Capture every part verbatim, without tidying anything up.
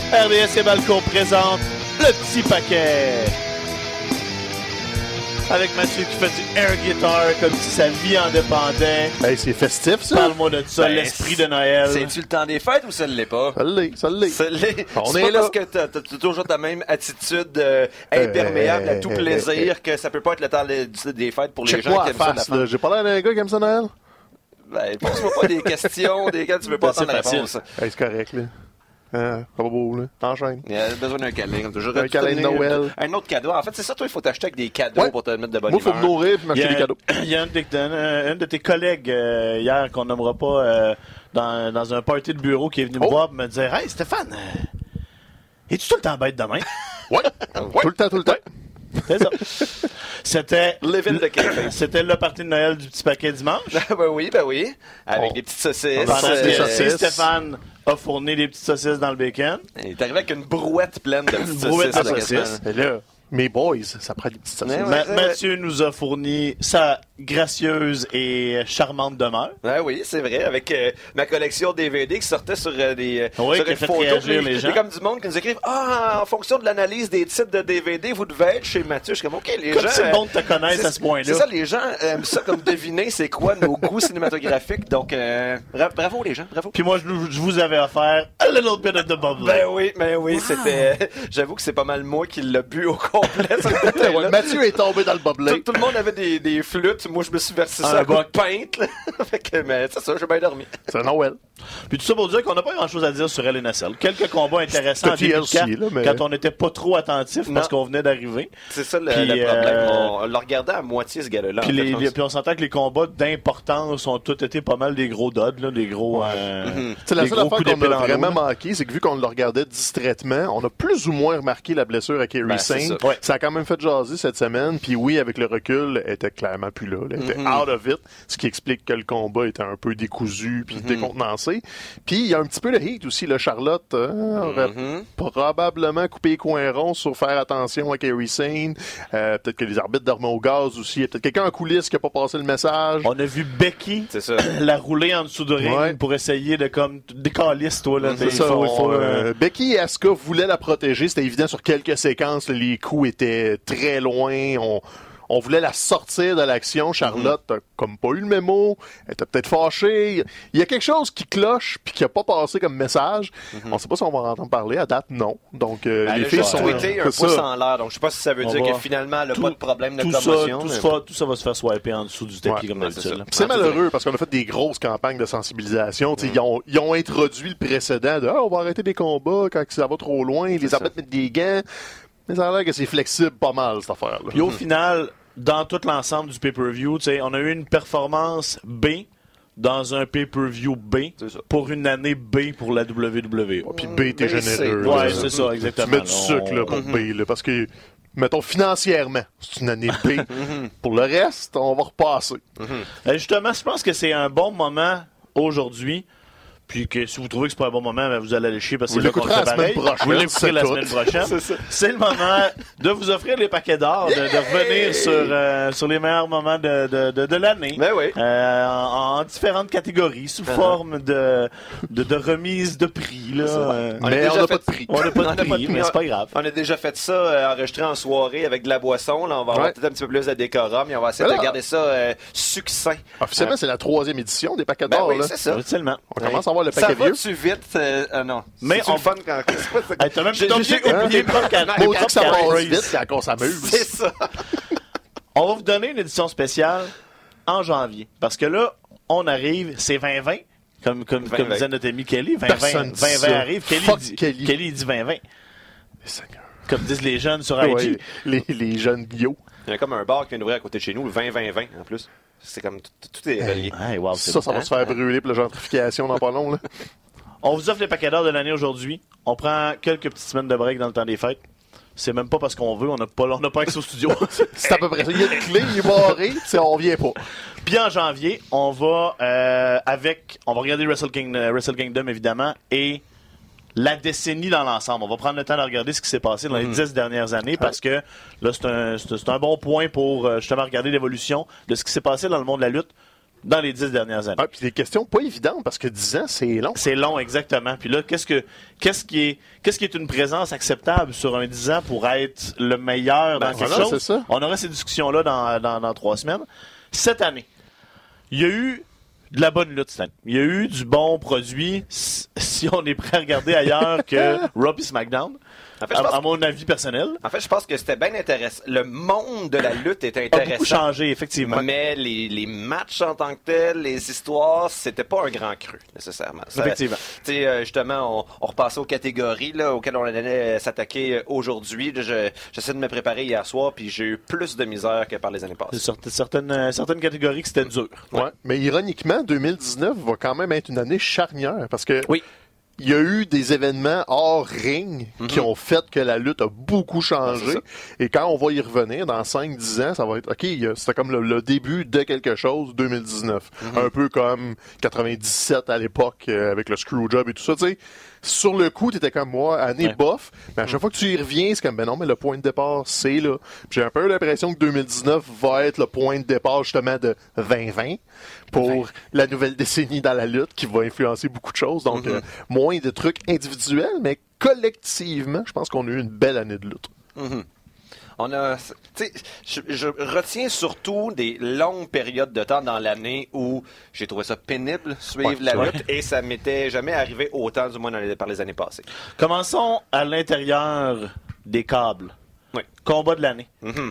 R D S et Balco présente le petit paquet. Avec Mathieu qui fait du air guitar comme si sa vie en dépendait. Hey, c'est festif, ça. Parle-moi de ça, Ben, l'esprit de Noël. C'est-tu le temps des fêtes ou ça ne l'est pas? Ça l'est, ça l'est. Ça l'est. On C'est est pas là. parce que t'as, t'as toujours ta même attitude euh, imperméable Euh, à tout euh, plaisir euh, que ça peut pas être le temps des, des fêtes pour les gens Check-moi qui à aiment ça de la face, fête. là. J'ai pas l'air d'un gars qui aime ça, Noël? Ben, pose-moi pas des questions desquelles tu veux pas Ben, c'est entendre la facile. réponse. Hey, c'est correct, là. Hein, pas beau, là. T'enchaînes. Il a besoin d'un câlin, comme toujours. Un Tu câlin de donnes Noël. Un autre cadeau. En fait, c'est ça, toi, il faut t'acheter avec des cadeaux Ouais. pour te mettre de bonne Moi, faut me humeur. nourrir puis Il y m'acheter a, des cadeaux. il y a un de, tes- un, un de tes collègues euh, hier qu'on nommera pas euh, dans, dans un party de bureau qui est venu me Oh. voir et me dire « Hey Stéphane, euh, es-tu tout le temps bête demain? Ouais. Tout le temps, tout le temps. » C'est ça. C'était Living the café. C'était le party de Noël du petit paquet dimanche. Ben oui, ben oui. Avec Oh. des petites saucisses. Pendant Euh, que des si saucisses. Stéphane a fourni des petites saucisses dans le bacon. Il est arrivé avec une brouette pleine de petites brouette saucisses. de là, saucisses. quasiment. Et là, mes boys, ça prend des petites saucisses. Ouais, Ma- ouais. Mathieu nous a fourni sa gracieuse et charmante demeure. Ouais, oui, c'est vrai, avec euh, ma collection D V D qui sortait sur euh, des euh, Oui, sur qui a une fait photo. réagir puis les gens. C'est comme du monde qui nous écrivent Ah, en fonction de l'analyse des titres de D V D, vous devez être chez Mathieu. Je suis comme OK, les Comme gens. c'est euh, bon de te connaître c'est- à ce point-là. C'est ça, les gens aiment ça comme deviner c'est quoi nos goûts cinématographiques. Donc, euh, bra- bravo les gens, bravo. Puis moi, je, nous- je vous avais offert a little bit of the bubble. Ben oui, ben oui, c'était. J'avoue que c'est pas mal moi qui l'ai bu au complet. cette Ouais, bouteille-là. Mathieu est tombé dans le Tout, boblé. tout le monde avait des, des flûtes. Moi, je me suis versé Un ça à coup de boc. pinte. là. fait que, mais c'est ça, j'ai bien dormi. C'est Noël. Puis tout ça pour dire qu'on n'a pas grand-chose à dire sur L N S L. Quelques combats intéressants en C'était début de T L C, carte, là, mais- quand on n'était pas trop attentif parce Non. qu'on venait d'arriver. C'est ça le, Puis, le problème. euh, On le regardait à moitié, ce gars-là. Puis, en fait, les, je pense. les- puis on s'entend que les combats d'importance ont tous été pas mal des gros dods, là, des gros. euh, Mhm. C'est la des seule gros affaire coups qu'on d'épée a dans l'eau, vraiment là. manqué, c'est que vu qu'on le regardait distraitement, on a plus ou moins remarqué la blessure à Kerry Ben, c'est Singh. ça. Ouais. Ça a quand même fait jaser cette semaine. Puis oui, avec le recul, elle était clairement plus là. Elle était Mhm. out of it, ce qui explique que le combat était un peu décousu puis décontenancé. Puis il y a un petit peu le heat aussi. Le Charlotte hein, aurait Mhm. probablement coupé les coins ronds sur faire attention à Kerry Singh. Euh, peut-être que les arbitres dormaient au gaz aussi. Il y a peut-être quelqu'un en coulisses qui a pas passé le message. On a vu Becky C'est ça. la rouler en dessous de ring Ouais. pour essayer de comme décalisse toi là. C'est Il ça, faut- il on, faut, euh, euh, Becky et Asuka voulaient la protéger. C'était évident sur quelques séquences. Les coups étaient très loin. On, on voulait la sortir de l'action. Charlotte a comme pas eu le mémo. Elle était peut-être fâchée. Il y a quelque chose qui cloche puis qui a pas passé comme message. On sait pas si on va en entendre parler. À date, non. Donc, euh, Elle les a filles juste sont... tweeté un c'est pouce ça. en l'air. Donc, je sais pas si ça veut On dire va- que finalement, elle a tout- pas de problème de tout ça, commotion. tout, mais- ça, tout ça va se faire swiper en dessous du tapis Ouais, comme ben, c'est d'habitude. ça. là. C'est Ah, tu malheureux parce qu'on a fait des grosses campagnes de sensibilisation. Tu sais, Ils, ont, ils ont introduit le précédent de ah, on va arrêter des combats quand ça va trop loin, les ça. arbitres mettent des gants. Mais ça a l'air que c'est flexible pas mal, cette affaire-là. Puis au final, dans tout l'ensemble du pay-per-view, tu sais, on a eu une performance B dans un pay-per-view B C'est ça. pour une année B pour la W W E. Puis B, t'es Ben, généreux. c'est- là. Ouais, c'est ça, exactement. Tu mets du On- sucre là, pour B, là, parce que, mettons, financièrement, c'est une année B. Pour le reste, on va repasser. Euh, Justement, je pense que c'est un bon moment aujourd'hui. Puis que si vous trouvez que c'est pas un bon moment, ben vous allez aller chier parce que Vous c'est là qu'on le l'écouterez fait la semaine pareil. prochaine, Vous l'écouterez c'est la tout. semaine prochaine. C'est ça. C'est le moment de vous offrir les paquets d'or, de, de revenir sur, euh, sur les meilleurs moments de, de, de, de l'année. Ben oui. Euh, en, en différentes catégories, sous forme de, de, de remise de prix. Là. Euh, On a Mais déjà on n'a fait- pas de prix. on n'a pas On de a pas prix, de mais prix. c'est pas grave. On a déjà fait ça, euh, enregistré en soirée avec de la boisson. Là, on va avoir Ouais. peut-être un petit peu plus de décorum, mais on va essayer Voilà. de garder ça euh, succinct. Officiellement, c'est la troisième édition des paquets Ben d'or. oui, là. c'est ça. Tellement. On commence à avoir le Ça paquet vieux. va-tu vite? euh, ah non. Mais C'est on- le fun quand... Hey, t'as même J'ai- t'as j'ai oublié oublié les top quatre- Maudit les top que ça quatre passe races. vite quand on s'amuse. C'est ça. On va vous donner une édition spéciale en janvier. Parce que là, on arrive, c'est vingt vingt. Comme, comme, vingt comme vingt. disait notre ami Kelly, vingt vingt Personne dit vingt vingt ça. arrive. Kelly Fuck dit, Kelly. Kelly dit vingt vingt. Seigneur. Comme disent les jeunes sur I G. Ouais, les, les jeunes bio. Il y a comme un bar qui vient d'ouvrir à côté de chez nous, le vingt vingt vingt en plus. C'est comme tout, tout- tout est relié. Hey, wow, c'est Ça, bon. ça va se faire brûler pour la gentrification dans pas long. Là. On vous offre les paquets d'or de l'année aujourd'hui. On prend quelques petites semaines de break dans le temps des fêtes. C'est même pas parce qu'on veut, on n'a pas, on n'a pas accès au studio. C'est à peu près ça. Il y a une clé, il est barré, puis on revient pas. Puis en janvier, on va euh, avec, on va regarder Wrestle, King, euh, Wrestle Kingdom évidemment et la décennie dans l'ensemble. On va prendre le temps de regarder ce qui s'est passé dans les dix dernières années parce que là c'est un, c'est, c'est un bon point pour euh, justement regarder l'évolution de ce qui s'est passé dans le monde de la lutte. dans les dix dernières années. Ah, puis des questions pas évidentes, parce que dix ans, c'est long. C'est long, exactement. Puis là, qu'est-ce que qu'est-ce qui est qu'est-ce qui est une présence acceptable sur un dix ans pour être le meilleur dans Ben, quelque voilà, chose? c'est ça. On aura ces discussions-là dans, dans, dans trois semaines. Cette année, il y a eu de la bonne lutte cette année. Il y a eu du bon produit, si on est prêt à regarder ailleurs que Raw et SmackDown. En fait, à, pense, à mon avis personnel. En fait, je pense que c'était bien intéressant. Le monde de la lutte était intéressant. A beaucoup changé, effectivement. Mais les, les matchs en tant que tels, les histoires, c'était pas un grand cru, nécessairement. Ça, effectivement. Tu sais, justement, on, on repassait aux catégories là, auxquelles on allait s'attaquer aujourd'hui. Je, j'essaie de me préparer hier soir, puis j'ai eu plus de misère que par les années passées. Certaines, certaines catégories que c'était dur. Ouais. Ouais. Mais ironiquement, deux mille dix-neuf va quand même être une année charnière, parce que... Oui. Il y a eu des événements hors ring mm-hmm. qui ont fait que la lutte a beaucoup changé. Ouais, et quand on va y revenir dans cinq dix ans, ça va être OK, c'était comme le, le début de quelque chose, deux mille dix-neuf. Mm-hmm. Un peu comme quatre-vingt-dix-sept à l'époque euh, avec le Screwjob et tout ça. Tu sais, sur le coup, t'étais comme moi, année ouais. bof. Mais à chaque mm-hmm. fois que tu y reviens, c'est comme ben non, mais le point de départ, c'est là. Puis j'ai un peu l'impression que deux mille dix-neuf va être le point de départ justement de vingt vingt pour vingt la nouvelle décennie dans la lutte qui va influencer beaucoup de choses. Donc, mm-hmm. euh, moins de trucs individuels, mais collectivement, je pense qu'on a eu une belle année de lutte. Mm-hmm. On a, tu sais, je, je retiens surtout des longues périodes de temps dans l'année où j'ai trouvé ça pénible suivre ouais, la lutte ouais. et ça m'était jamais arrivé autant, du moins dans les, par les années passées. Commençons à l'intérieur des câbles. Oui. Combat de l'année. Mm-hmm.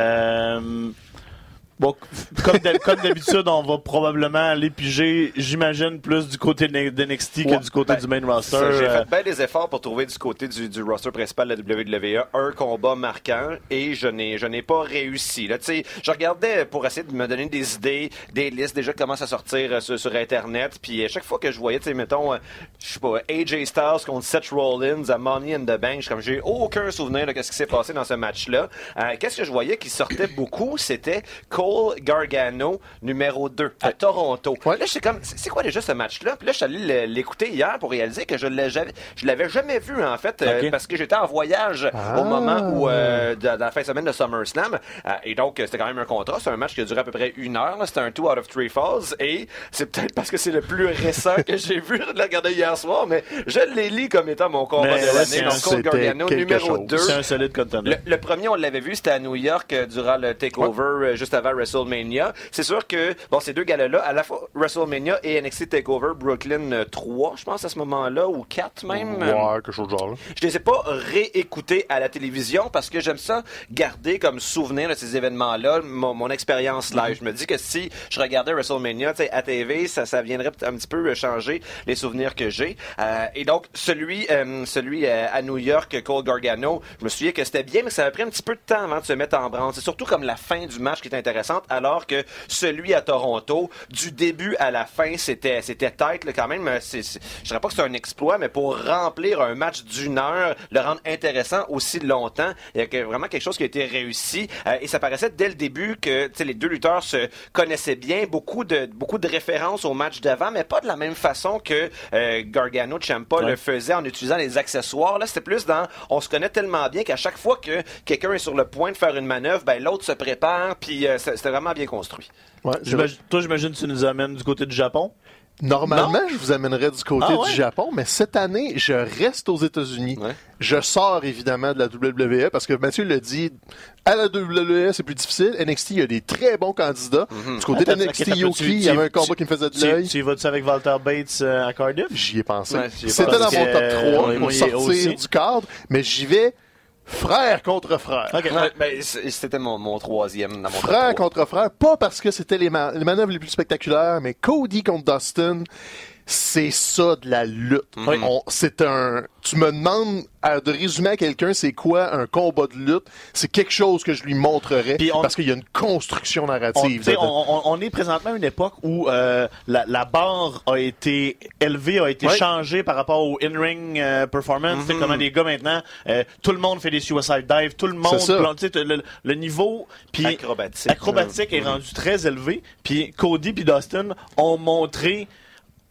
Euh, Bon, comme d'habitude, on va probablement aller piger, j'imagine, plus du côté d'N X T ouais, que du côté ben, du main roster. Ça, j'ai fait bien des efforts pour trouver du côté du, du roster principal de la W W E un combat marquant et je n'ai je n'ai pas réussi. Là, tu sais, je regardais pour essayer de me donner des idées, des listes déjà qui commencent à sortir sur, sur Internet. Puis à chaque fois que je voyais, tu sais, mettons, je sais pas, A J Styles contre Seth Rollins à Money in the Bank, comme j'ai aucun souvenir de ce qui s'est passé dans ce match-là. Euh, qu'est-ce que je voyais qui sortait beaucoup, c'était Cole Gargano, numéro deux, à Toronto. Ouais. Là, je sais comme, c'est quoi déjà ce match-là? Puis là, je suis allé l'écouter hier pour réaliser que je ne l'avais jamais vu, en fait, okay. euh, parce que j'étais en voyage ah. au moment où, euh, de, dans la fin de semaine de SummerSlam. Euh, et donc, c'était quand même un contrat. C'est un match qui a duré à peu près une heure. C'était un two out of three falls. Et c'est peut-être parce que c'est le plus récent que j'ai vu de la regarder hier soir, mais je l'élis comme étant mon combat de l'année. Donc, Cole Gargano, numéro deux. C'est un solide contender. Le, le premier, on l'avait vu, c'était à New York euh, durant le TakeOver, ouais. euh, juste avant WrestleMania. C'est sûr que, bon, ces deux gars-là, à la fois WrestleMania et N X T TakeOver Brooklyn trois, je pense, à ce moment-là, ou quatre même. Ouais, quelque chose de genre. Là. Je les ai pas réécoutés à la télévision parce que j'aime ça garder comme souvenir de ces événements-là mon, mon expérience live. Mm-hmm. Je me dis que si je regardais WrestleMania à T V, ça, ça viendrait un petit peu changer les souvenirs que j'ai. Euh, et donc, celui, euh, celui euh, à New York, Cole Gargano, je me souviens que c'était bien, mais ça a pris un petit peu de temps avant de se mettre en branle. C'est surtout comme la fin du match qui est intéressante, alors que celui à Toronto, du début à la fin, c'était c'était tight là, quand même. C'est, c'est, je dirais pas que c'est un exploit, mais pour remplir un match d'une heure, le rendre intéressant aussi longtemps, il y a vraiment quelque chose qui a été réussi. Euh, et ça paraissait dès le début que les deux lutteurs se connaissaient bien, beaucoup de beaucoup de références au match d'avant, mais pas de la même façon que euh, Gargano Ciampa ouais. le faisait en utilisant les accessoires. Là, c'était plus dans on se connaît tellement bien qu'à chaque fois que quelqu'un est sur le point de faire une manœuvre, ben l'autre se prépare, puis euh, c'était vraiment bien construit. Ouais, j'imagine, toi, j'imagine que tu nous amènes du côté du Japon? Normalement, non? je vous amènerais du côté ah, ouais? du Japon, mais cette année, je reste aux États-Unis. Ouais. Je sors évidemment de la W W E parce que Mathieu l'a dit, à la W W E, c'est plus difficile. N X T, il y a des très bons candidats. Mm-hmm. Du côté de N X T U K, il y avait un combat tu, qui me faisait de l'œil. Tu y vas-tu avec Walter Bates euh, à Cardiff? J'y ai pensé. Ouais, j'y ai C'était pensé. dans mon top trois euh, pour sortir aussi. du cadre, mais j'y vais frère contre frère. Okay. Ouais, ben, c'était mon, mon troisième dans mon frère contre frère, pas parce que c'était les, ma- les manœuvres les plus spectaculaires, mais Cody contre Dustin, c'est ça de la lutte. Mm-hmm. On, c'est un. Tu me demandes à, de résumer à quelqu'un c'est quoi un combat de lutte, c'est quelque chose que je lui montrerais on, parce qu'il y a une construction narrative. On, on, on est présentement à une époque où euh, la, la barre a été élevée, a été ouais. changée par rapport au in-ring euh, performance. Mm-hmm. C'est comme les gars maintenant, euh, tout le monde fait des suicide dives, tout le monde plante, le, le niveau puis acrobatique, acrobatique ouais. est mm-hmm. rendu très élevé. Puis Cody puis Dustin ont montré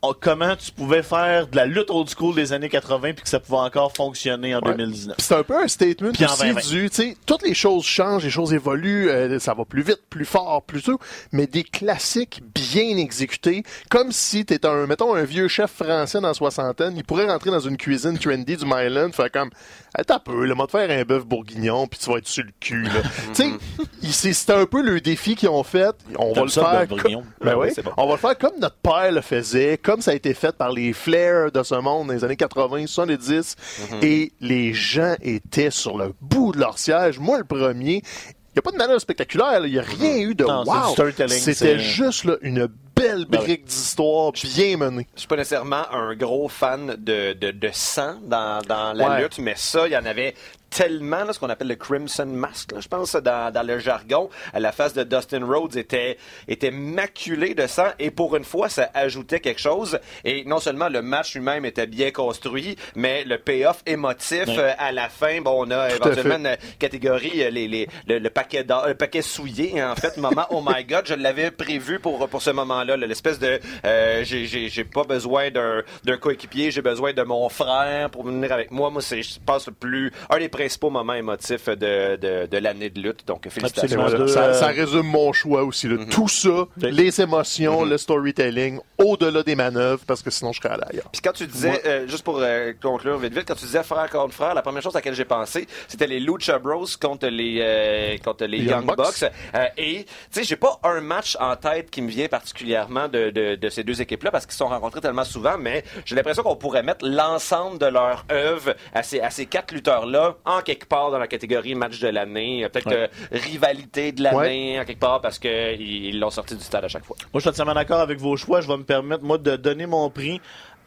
comment tu pouvais faire de la lutte old school des années quatre-vingts puis que ça pouvait encore fonctionner en ouais. deux mille dix-neuf. Puis c'est un peu un statement puis aussi du, tu sais, toutes les choses changent, les choses évoluent, euh, ça va plus vite, plus fort, plus tôt, mais des classiques bien exécutés, comme si t'étais un, mettons, un vieux chef français dans la soixantaine, il pourrait rentrer dans une cuisine trendy du Myland, faire comme, attends un peu, là, moi te faire un bœuf bourguignon puis tu vas être sur le cul, là. Tu sais, c'était un peu le défi qu'ils ont fait, on va le faire, comme, ben oui, bon. on va le faire comme notre père le faisait, comme ça a été fait par les Flair de ce monde dans les années quatre-vingts, soixante-dix, mm-hmm. et les gens étaient sur le bout de leur siège. Moi, le premier, il n'y a pas de manière spectaculaire, il n'y a rien eu de non, wow. C'était c'est... juste là, une belle brique ouais. d'histoire bien menée. Je suis pas nécessairement un gros fan de, de, de sang dans, dans la ouais. lutte, mais ça, il y en avait tellement, là, ce qu'on appelle le Crimson Mask, là, je pense, dans, dans le jargon. La face de Dustin Rhodes était, était maculée de sang, et pour une fois, ça ajoutait quelque chose. Et non seulement le match lui-même était bien construit, mais le payoff émotif ouais. euh, à la fin, bon, on a Tout éventuellement une catégorie, les, les, le, le, paquet le paquet souillé, hein, en fait, moment, oh my God, je l'avais prévu pour, pour ce moment-là, là, l'espèce de, euh, j'ai, j'ai, j'ai pas besoin d'un, d'un coéquipier, j'ai besoin de mon frère pour venir avec moi. Moi, c'est, je pense, le plus, un des principaux moments émotifs de, de, de l'année de lutte. Donc, félicitations. De, ça, euh... ça résume mon choix aussi. Là. Mm-hmm. Tout ça, mm-hmm. les émotions, mm-hmm. le storytelling, au-delà des manœuvres, parce que sinon, je serais allé ailleurs. Puis quand tu disais, euh, juste pour euh, conclure vite vite, quand tu disais frère contre frère, la première chose à laquelle j'ai pensé, c'était les Lucha Bros contre les, euh, contre les, les Young, Young Bucks. Bucks. Euh, et, tu sais, j'ai pas un match en tête qui me vient particulièrement de, de, de ces deux équipes-là, parce qu'ils se sont rencontrés tellement souvent, mais j'ai l'impression qu'on pourrait mettre l'ensemble de leur œuvre à ces, à ces quatre lutteurs-là en quelque part dans la catégorie match de l'année, peut-être ouais. que rivalité de l'année ouais. en quelque part parce qu'ils ils l'ont sorti du stade à chaque fois. Moi, je suis totalement d'accord avec vos choix. Je vais me permettre, moi, de donner mon prix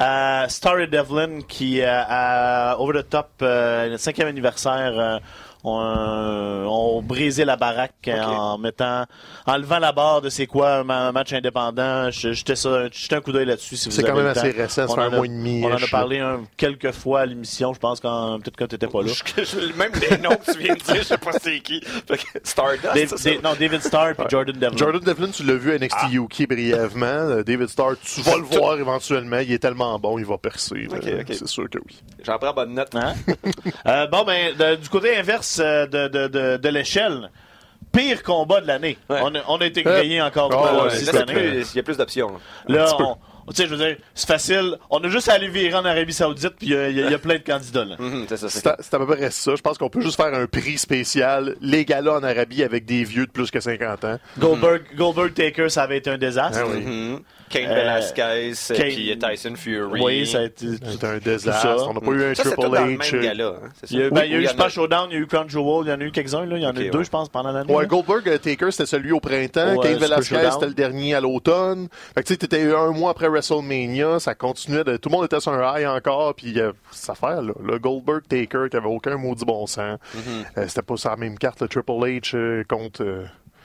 à Starry Devlin qui, a euh, Over the Top, euh, le cinquième anniversaire, euh, ont, ont brisé la baraque okay. en mettant, en levant la barre de c'est quoi un match indépendant. J'étais ça, j'étais un coup d'œil là-dessus. Si c'est vous quand avez même assez récent, ça fait un mois et demi. On en a parlé un, quelques fois à l'émission, je pense quand peut-être quand t'étais pas là. Même les noms que tu viens de dire, je sais pas c'est qui. Stardust. Dave, ça, Dave, non, David Starr et ouais. Jordan Devlin. Jordan Devlin, tu l'as vu à N X T ah. U K brièvement. David Starr, tu vas le voir éventuellement. Il est tellement bon, il va percer. Okay, okay. C'est sûr que oui. J'en prends bonne note. Hein? euh, bon, ben, de, du côté inverse de, de, de, de l'échelle, pire combat de l'année. Ouais. On, a, on a été grillés euh, encore oh, ouais, cette année. Il y a plus d'options. Là, là on, tu sais, je veux dire, c'est facile. On a juste à aller virer en Arabie Saoudite, puis il y, y, y a plein de candidats là. Mm-hmm, c'est, ça, c'est, c'est, à, c'est à peu près ça. Je pense qu'on peut juste faire un prix spécial, les galas en Arabie avec des vieux de plus que cinquante ans. Goldberg, mm-hmm. Goldberg Taker, ça avait été un désastre. Ah, oui. Mm-hmm. Cain Velasquez, euh, Kane... puis Tyson Fury. Oui, ça a été c'était un désastre. On n'a pas eu un ça, Triple c'est H. Dans le même gala, hein, c'est ça? Il y a, ben, oui, il y a eu Smash Showdown, il y a eu Crown Jewel, il y en a eu quelques-uns, là. Il y en a okay, eu deux, ouais. je pense, pendant l'année. Ouais, Goldberg uh, Taker, c'était celui au printemps. Ouais, Cain Velasquez, c'était le dernier à l'automne. Fait que tu sais, t'étais un mois après WrestleMania, ça continuait de. Tout le monde était sur un high encore, puis euh, cette affaire, là. Le Goldberg Taker, qui avait aucun maudit bon sens. Mm-hmm. Euh, c'était pas sur la même carte, le Triple H euh, contre. Euh...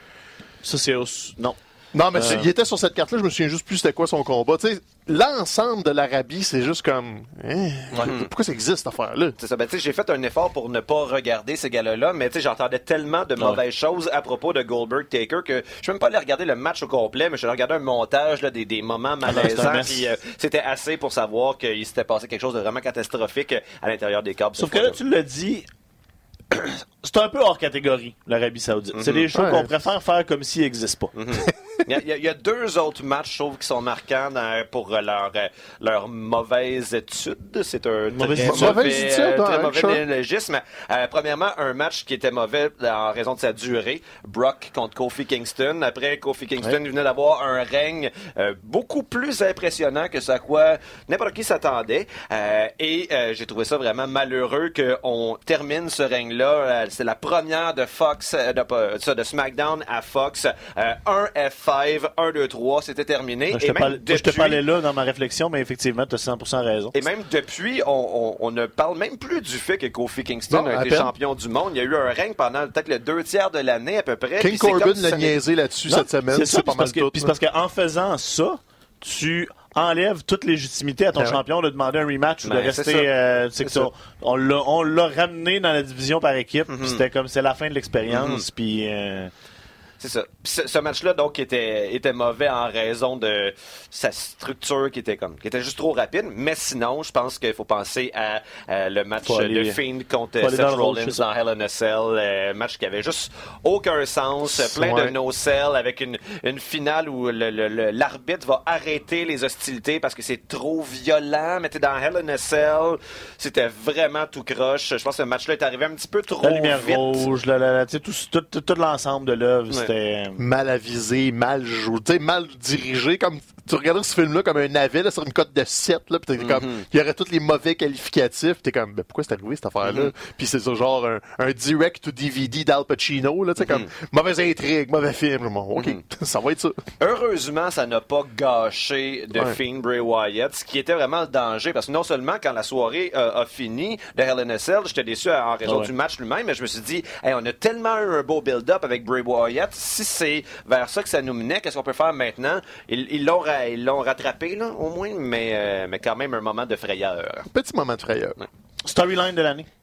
Ça, c'est. Aussi... Non. Non, mais euh... il était sur cette carte-là, je me souviens juste plus c'était quoi son combat. Tu sais, l'ensemble de l'Arabie, c'est juste comme... Hein, ouais. Pourquoi ça existe, cette affaire-là? C'est ça. Ben, tu sais, j'ai fait un effort pour ne pas regarder ces gars-là, mais tu sais, j'entendais tellement de mauvaises ouais. choses à propos de Goldberg Taker que je ne suis même pas allé regarder le match au complet, mais je suis allé regarder un montage, là, des, des moments malaisants, puis euh, c'était assez pour savoir qu'il s'était passé quelque chose de vraiment catastrophique à l'intérieur des câbles. Sauf que là, tu l'as dit... C'est un peu hors catégorie, l'Arabie Saoudite. Mm-hmm. C'est des choses ouais. qu'on préfère faire comme s'ils n'existent pas. Mm-hmm. il, y a, il y a deux autres matchs, je trouve, qui sont marquants dans, pour leur, leur mauvaise étude. C'est un mauvaise très étude, mauvais, étude, très hein, mauvais néologisme. Euh, premièrement, un match qui était mauvais en raison de sa durée. Brock contre Kofi Kingston. Après, Kofi Kingston ouais. venait d'avoir un règne euh, beaucoup plus impressionnant que ce à quoi n'importe qui s'attendait. Euh, et euh, j'ai trouvé ça vraiment malheureux qu'on termine ce règne-là. Euh, c'est la première de Fox, euh, de, de SmackDown à Fox. Euh, un F cinq, un, deux, trois, c'était terminé. Je ne t'ai pas allé là dans ma réflexion, mais effectivement, tu as cent pour cent raison. Et même depuis, on, on, on ne parle même plus du fait que Kofi Kingston non, a été peine. champion du monde. Il y a eu un règne pendant peut-être le deux tiers de l'année à peu près. King Corbin l'a niaisé là-dessus non, cette semaine. C'est, ça, c'est pas mal parce que, tout. Puis parce qu'en faisant ça, tu enlève toute légitimité à ton ben champion ouais. de demander un rematch ben, ou de rester. C'est euh, c'est c'est on, on, l'a, on l'a ramené dans la division par équipe. Mm-hmm. C'était comme c'est la fin de l'expérience. Mm-hmm. Puis. Euh, C'est ça. Puis ce, ce match-là, donc, était, était mauvais en raison de sa structure qui était comme, qui était juste trop rapide. Mais sinon, je pense qu'il faut penser à, à le match aller, de Fiend contre Seth Rollins dans Hell in a Cell. Euh, match qui avait juste aucun sens. Plein ouais. de no-sell avec une, une finale où le, le, le, l'arbitre va arrêter les hostilités parce que c'est trop violent. Mais t'es dans Hell in a Cell. C'était vraiment tout croche. Je pense que ce match-là est arrivé un petit peu trop la lumière vite. rouge, la, la, la, tout, tout, tout, tout l'ensemble de l'œuvre, ouais. c'était... Mal avisé, mal joué, mal dirigé. Comme tu regardais ce film-là comme un navet là, sur une cote de sept, là, pis t'es mm-hmm. comme, il y aurait tous les mauvais qualificatifs. T'es comme, ben, pourquoi c'est arrivé cette affaire-là? Mm-hmm. Puis c'est ça, genre un, un direct to D V D d'Al Pacino, là, tu sais, mm-hmm. comme, mauvaise intrigue, mauvais film. Bon, OK, mm-hmm. ça va être ça. Heureusement, ça n'a pas gâché de ouais. Fiend Bray Wyatt, ce qui était vraiment le danger, parce que non seulement quand la soirée euh, a fini de Hell in a Cell, j'étais déçu en raison ouais. du match lui-même, mais je me suis dit, hey, on a tellement eu un beau build-up avec Bray Wyatt, si c'est vers ça que ça nous menait, qu'est-ce qu'on peut faire maintenant? Ils, ils, l'ont, ra- ils l'ont rattrapé, là, au moins, mais, euh, mais quand même un moment de frayeur. Petit moment de frayeur. Ouais. Storyline de l'année.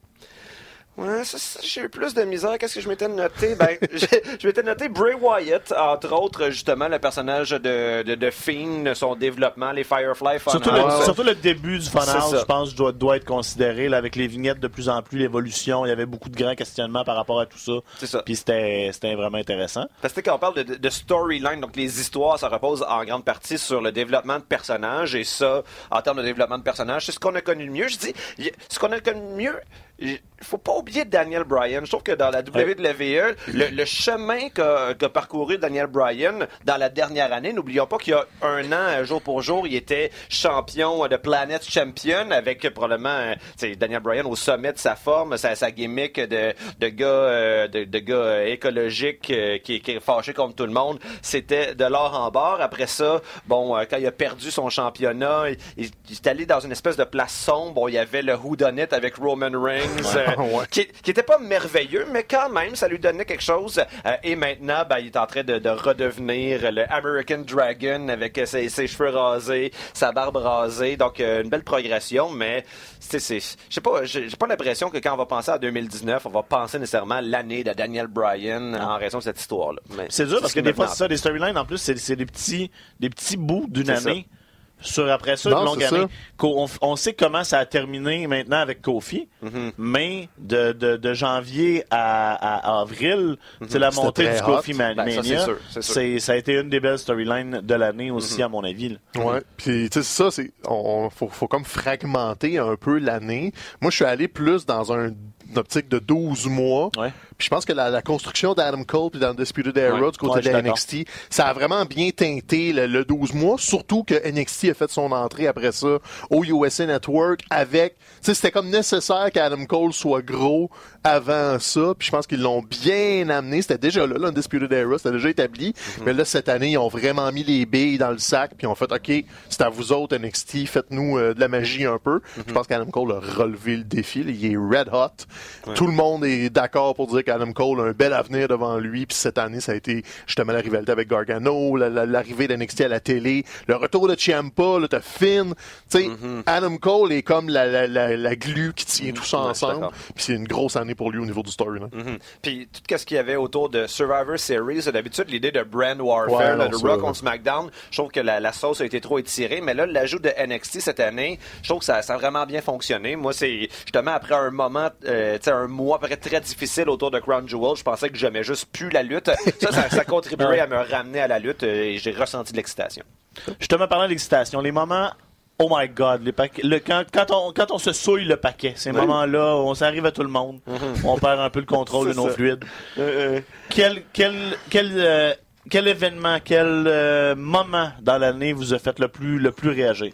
Ouais, ça, ça, j'ai eu plus de misère. Qu'est-ce que je m'étais noté? Ben, je m'étais noté Bray Wyatt, entre autres, justement, le personnage de, de, de Fiend, son développement, les Firefly Funhouse. Surtout, le, surtout le début du Funhouse, je pense, doit, doit être considéré, là, avec les vignettes de plus en plus, l'évolution. Il y avait beaucoup de grands questionnements par rapport à tout ça. C'est ça. Puis c'était, c'était vraiment intéressant. Parce que quand on parle de, de storyline, donc les histoires, ça repose en grande partie sur le développement de personnages. Et ça, en termes de développement de personnages, c'est ce qu'on a connu le mieux. Je dis, ce qu'on a connu le mieux, il faut pas oublier Daniel Bryan. Je trouve que dans la W W E, le, le chemin qu'a, qu'a parcouru Daniel Bryan dans la dernière année, n'oublions pas qu'il y a un an, jour pour jour, il était champion de Planet Champion avec probablement Daniel Bryan au sommet de sa forme, sa, sa gimmick de, de gars, euh, de, de gars euh, écologique euh, qui, qui est fâché contre tout le monde. C'était de l'or en barre. Après ça, bon, euh, quand il a perdu son championnat, il, il, il est allé dans une espèce de place sombre. Bon, il y avait le Whodunit avec Roman Reigns. Euh, ouais. qui, qui était pas merveilleux, mais quand même, ça lui donnait quelque chose. Euh, et maintenant, ben, il est en train de, de redevenir le American Dragon avec ses, ses cheveux rasés, sa barbe rasée. Donc, euh, une belle progression, mais c'est, c'est, je sais pas, j'ai, j'ai pas l'impression que quand on va penser à deux mille dix-neuf, on va penser nécessairement l'année de Daniel Bryan en raison de cette histoire-là. Mais c'est dur c'est parce que des fois, c'est ça, des storylines, en plus, c'est, c'est des petits, des petits bouts d'une c'est année. Ça. Sur après ça, non, une longue année. On, on sait comment ça a terminé maintenant avec Kofi, mm-hmm. mais de, de, de janvier à, à avril, mm-hmm. c'est la montée du Kofi Mania. Ben, ça, c'est sûr, c'est sûr. C'est, ça a été une des belles storylines de l'année aussi, mm-hmm. à mon avis. Là. Ouais, puis tu sais, ça, c'est, on, faut, faut comme fragmenter un peu l'année. Moi, je suis allé plus dans un une optique de douze mois. Ouais. Puis je pense que la, la construction d'Adam Cole puis d'Undisputed Era ouais. du côté ouais, de N X T, ça a vraiment bien teinté le, le douze mois, surtout que N X T a fait son entrée après ça au U S A Network avec... Tu sais, c'était comme nécessaire qu'Adam Cole soit gros avant ça, puis je pense qu'ils l'ont bien amené. C'était déjà là, l'Undisputed Era, c'était déjà établi. Mm-hmm. Mais là, cette année, ils ont vraiment mis les billes dans le sac, puis ils ont fait, OK, c'est à vous autres, N X T, faites-nous euh, de la magie un peu. Mm-hmm. Je pense qu'Adam Cole a relevé le défi. Là, il est red hot. Ouais. Tout le monde est d'accord pour dire qu'Adam Cole a un bel avenir devant lui. Puis cette année, ça a été justement la rivalité avec Gargano, la, la, l'arrivée d'N X T à la télé, le retour de Ciampa, là, t'as Finn. Tu sais, mm-hmm. Adam Cole est comme la, la, la, la glue qui tient mm-hmm. tout ça ensemble. Puis c'est une grosse année pour lui au niveau du story. Mm-hmm. Puis tout ce qu'il y avait autour de Survivor Series, d'habitude, l'idée de brand warfare, ouais, là, de Raw contre SmackDown, je trouve que la, la sauce a été trop étirée. Mais là, l'ajout de N X T cette année, je trouve que ça, ça a vraiment bien fonctionné. Moi, c'est justement après un moment, euh, tu sais, un mois après très difficile autour de Crown Jewel, je pensais que j'aimais juste plus la lutte. Ça, ça, ça contribuerait à me ramener à la lutte et j'ai ressenti de l'excitation. Justement, parlant d'excitation, les moments, oh my God, les paquets, le, quand, quand, on, quand on se souille le paquet, ces oui. moments-là, on s'arrive à tout le monde, mm-hmm. on perd un peu le contrôle de nos ça. fluides. Euh, quel, quel, quel, euh, quel événement, quel euh, moment dans l'année vous a fait le plus, le plus réagir?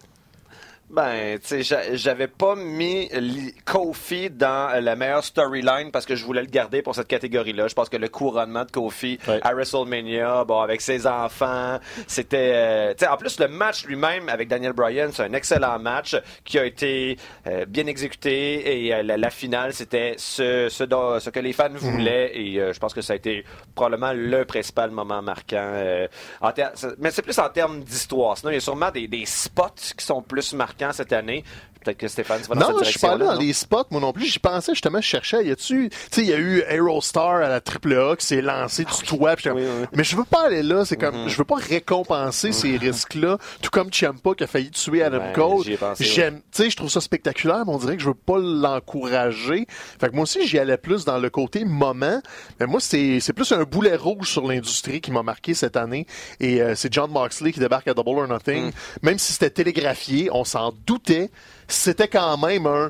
Ben, tu sais, j'avais pas mis Kofi dans la meilleure storyline parce que je voulais le garder pour cette catégorie-là. Je pense que le couronnement de Kofi ouais. à WrestleMania, bon, avec ses enfants, c'était... Euh, tu sais, en plus, le match lui-même avec Daniel Bryan, c'est un excellent match qui a été euh, bien exécuté et euh, la, la finale, c'était ce, ce, dont, ce que les fans voulaient mmh. et euh, je pense que ça a été probablement le principal moment marquant. Euh, en ter- mais c'est plus en termes d'histoire. Sinon, il y a sûrement des, des spots qui sont plus marquants. marquant cette année. Peut-être que Stéphane, tu vas dans non, cette je suis pas allé direction-là, dans non? les spots, moi non plus. J'y pensais justement, je cherchais. Y a-tu, tu sais, il y a eu Aerostar à la triple A qui s'est lancé du toit. Puis Oui, oui. Mais je veux pas aller là. C'est comme, Mm-hmm. je veux pas récompenser ces risques-là. Tout comme Ciampa qui a failli tuer Adam Ouais, Cole. j'y ai pensé, J'aime, tu sais, je trouve ça spectaculaire, mais on dirait que je veux pas l'encourager. Fait que moi aussi, j'y allais plus dans le côté moment. Mais moi, c'est, c'est plus un boulet rouge sur l'industrie qui m'a marqué cette année. Et euh, c'est Jon Moxley qui débarque à Double or Nothing. Mm. Même si c'était télégraphié, on s'en doutait. C'était quand même un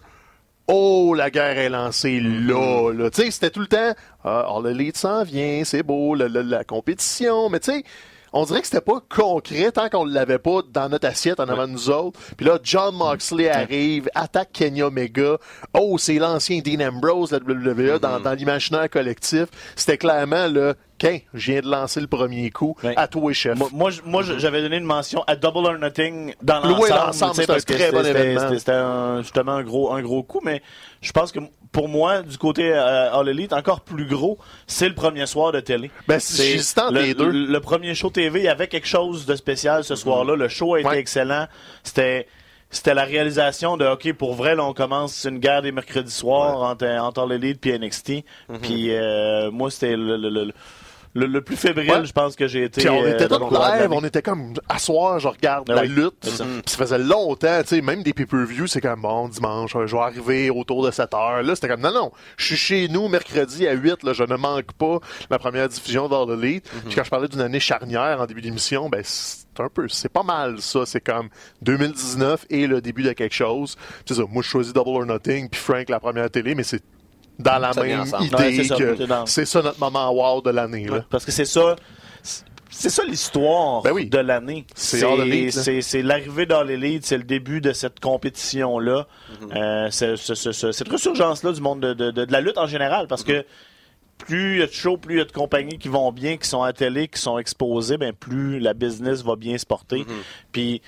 oh, la guerre est lancée là, là. Tu sais, c'était tout le temps ah, oh, le lead s'en vient, c'est beau, le, le, la compétition, mais tu sais, on dirait que c'était pas concret tant qu'on l'avait pas dans notre assiette en avant de nous autres. Puis là, Jon Moxley arrive, attaque Kenny Omega. Oh, c'est l'ancien Dean Ambrose de la W W E dans, dans l'imaginaire collectif. C'était clairement là, qu'un, je viens de lancer le premier coup, Ouais. à toi, chef. Moi, moi, j- moi, j- j'avais donné une mention à Double or Nothing dans Oui, l'ensemble. l'ensemble, tu sais, c'est un parce que très bon c'était- événement. C'était, c'était un- justement un gros, un gros coup, mais je pense que pour moi, du côté euh, All Elite, encore plus gros, c'est le premier soir de télé. Ben, c'est j'hésitais entre le, les deux. le premier show T V, il y avait quelque chose de spécial ce soir-là. Le show a été Ouais. excellent. C'était... C'était la réalisation de OK, pour vrai, là, on commence une guerre des mercredis soirs entre, entre All Elite et N X T. Puis euh, moi, c'était le, le, le, le, le plus fébrile, Ouais. je pense, que j'ai été. Puis on euh, était dans tous mon cours de live, l'année. on était comme à soir, je regarde Ah la oui, lutte. c'est ça. Puis ça faisait longtemps, tu sais, même des pay-per-views, c'est comme bon, dimanche, je vais arriver autour de sept heures. Là, c'était comme non, non, je suis chez nous mercredi à huit, là, je ne manque pas la première diffusion d'All Elite. Puis quand je parlais d'une année charnière en début d'émission, ben c'est un peu, c'est pas mal ça. C'est comme deux mille dix-neuf et le début de quelque chose. C'est ça, moi je choisis Double or Nothing, puis Frank la première télé, mais c'est dans la Ça vient même ensemble. idée Ouais, c'est ça, que c'est dans- c'est ça notre moment wow de l'année. Là. Parce que c'est ça. C'est ça l'histoire Ben oui. de l'année. C'est C'est, All Elite, là. c'est, c'est l'arrivée d'All Elite, c'est le début de cette compétition-là. Mm-hmm. Euh, c'est- c'est- c'est- c'est- cette resurgence-là du monde de, de, de, de la lutte en général. Parce que plus il y a de shows, plus il y a de compagnies qui vont bien, qui sont à télé, qui sont exposées, ben plus la business va bien se porter. Puis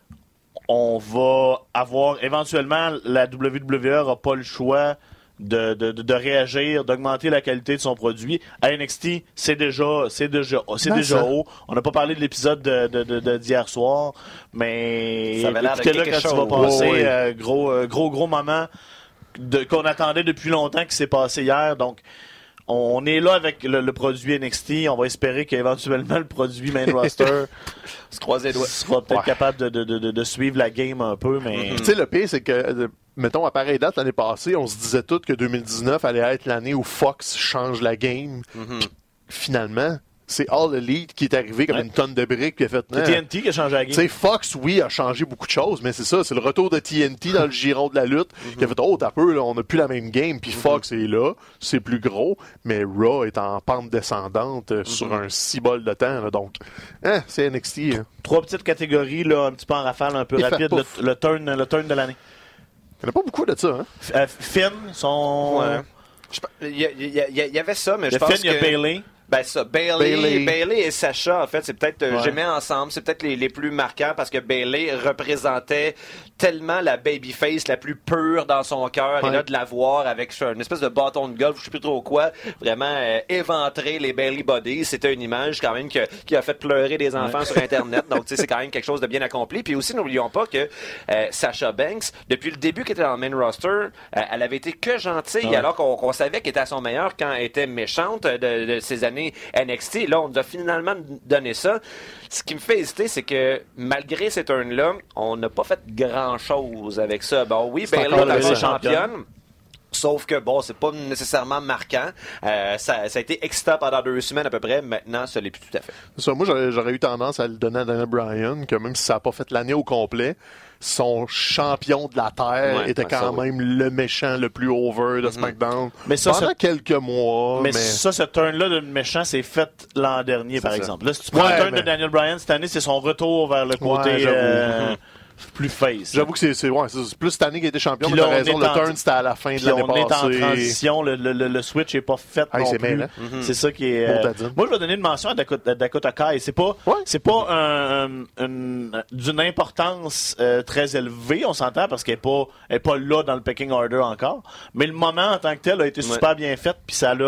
on va avoir éventuellement, la W W E n'aura pas le choix de, de, de, de réagir, d'augmenter la qualité de son produit. À N X T, c'est déjà, c'est déjà, c'est Ben, déjà ça. haut. On n'a pas parlé de l'épisode de, de, de, de d'hier soir, mais Ça avait l'air de écoutez-le quelque quand tu vas chose. passer, Oh, oui. euh, gros, euh, gros, gros moment de, qu'on attendait depuis longtemps, qui s'est passé hier. Donc, on est là avec le, le produit N X T. On va espérer qu'éventuellement le produit main roster Se croiser les doigts. sera peut-être Ouais. capable de, de, de, de suivre la game un peu, mais Tu sais, le pire, c'est que, euh, mettons, à pareille date, l'année passée, on se disait tous que deux mille dix-neuf allait être l'année où Fox change la game. Puis, finalement, c'est All Elite qui est arrivé comme Ouais. une tonne de briques qui a fait... c'est Hein, T N T qui a changé la tu sais, game. Fox, oui, a changé beaucoup de choses, mais c'est ça, c'est le retour de T N T dans le giron de la lutte qui a fait, oh, t'as peu, là, on n'a plus la même game, puis Fox est là, c'est plus gros, mais Raw est en pente descendante euh, sur un six bol de temps, là, donc, hein, c'est N X T. Hein. Trois petites catégories, là, un petit peu en rafale, un peu Et fait rapide. Le, pouf. le turn, le turn de l'année. Il n'y en a pas beaucoup de ça, hein? F- euh, Finn, son... Ouais. Je pe- Il y, a- il y a- il y a- il y avait ça, mais Le je pense Finn, il y a que... Bayley. Ben ça, Bailey, Bayley. Bailey et Sacha, en fait, c'est peut-être, euh, Ouais. je les mets ensemble, c'est peut-être les, les plus marquants parce que Bailey représentait tellement la babyface la plus pure dans son cœur Ouais. et là de la voir avec une espèce de bâton de golf, je sais plus trop quoi, vraiment euh, éventrer les Bailey Bodies, c'était une image quand même que, qui a fait pleurer des enfants sur Internet, donc tu sais c'est quand même quelque chose de bien accompli. Puis aussi n'oublions pas que euh, Sasha Banks, depuis le début qu'elle était dans le main roster, euh, elle avait été que gentille Ouais. alors qu'on qu'on savait qu'elle était à son meilleur quand elle était méchante de, de ses années N X T. Là, on nous a finalement donné ça. Ce qui me fait hésiter, c'est que malgré ces turns-là, on n'a pas fait grand-chose avec ça. Bon, oui, C'est Bayley encore est le encore championne. championne. Sauf que, bon, c'est pas nécessairement marquant. Euh, ça, ça a été excitant pendant deux semaines à peu près. Maintenant, ça l'est plus tout à fait. C'est ça, moi, j'aurais, j'aurais eu tendance à le donner à Daniel Bryan, que même si ça n'a pas fait l'année au complet, son champion de la Terre Ouais, était ouais, quand ça, oui. même le méchant le plus over de SmackDown. Mais ça, Pendant ça- quelques mois, mais... Mais ça, ce turn-là de méchant, c'est fait l'an dernier, par ça. exemple. Là, si tu prends Ouais, le turn mais- de Daniel Bryan, cette année, c'est son retour vers le côté Ouais, j'avoue. euh, plus face. J'avoue que c'est, c'est, ouais, c'est plus cette année qu'il a été champion, Puis mais là, t'as on raison, est le en- turn c'était à la fin Puis de l'année on est en passée. transition, le, le, le, le switch n'est pas fait Ah, non c'est plus. mêlant. C'est ça qui est... Bon, euh, t'as dit. moi, je vais donner une mention à Dakota, à Dakota Kai. C'est pas, Ouais. c'est pas un, un- d'une importance euh, très élevée, on s'entend, parce qu'elle n'est pas, elle est pas là dans le pecking order encore. Mais le moment en tant que tel a été Ouais. super bien fait, puis ça l'a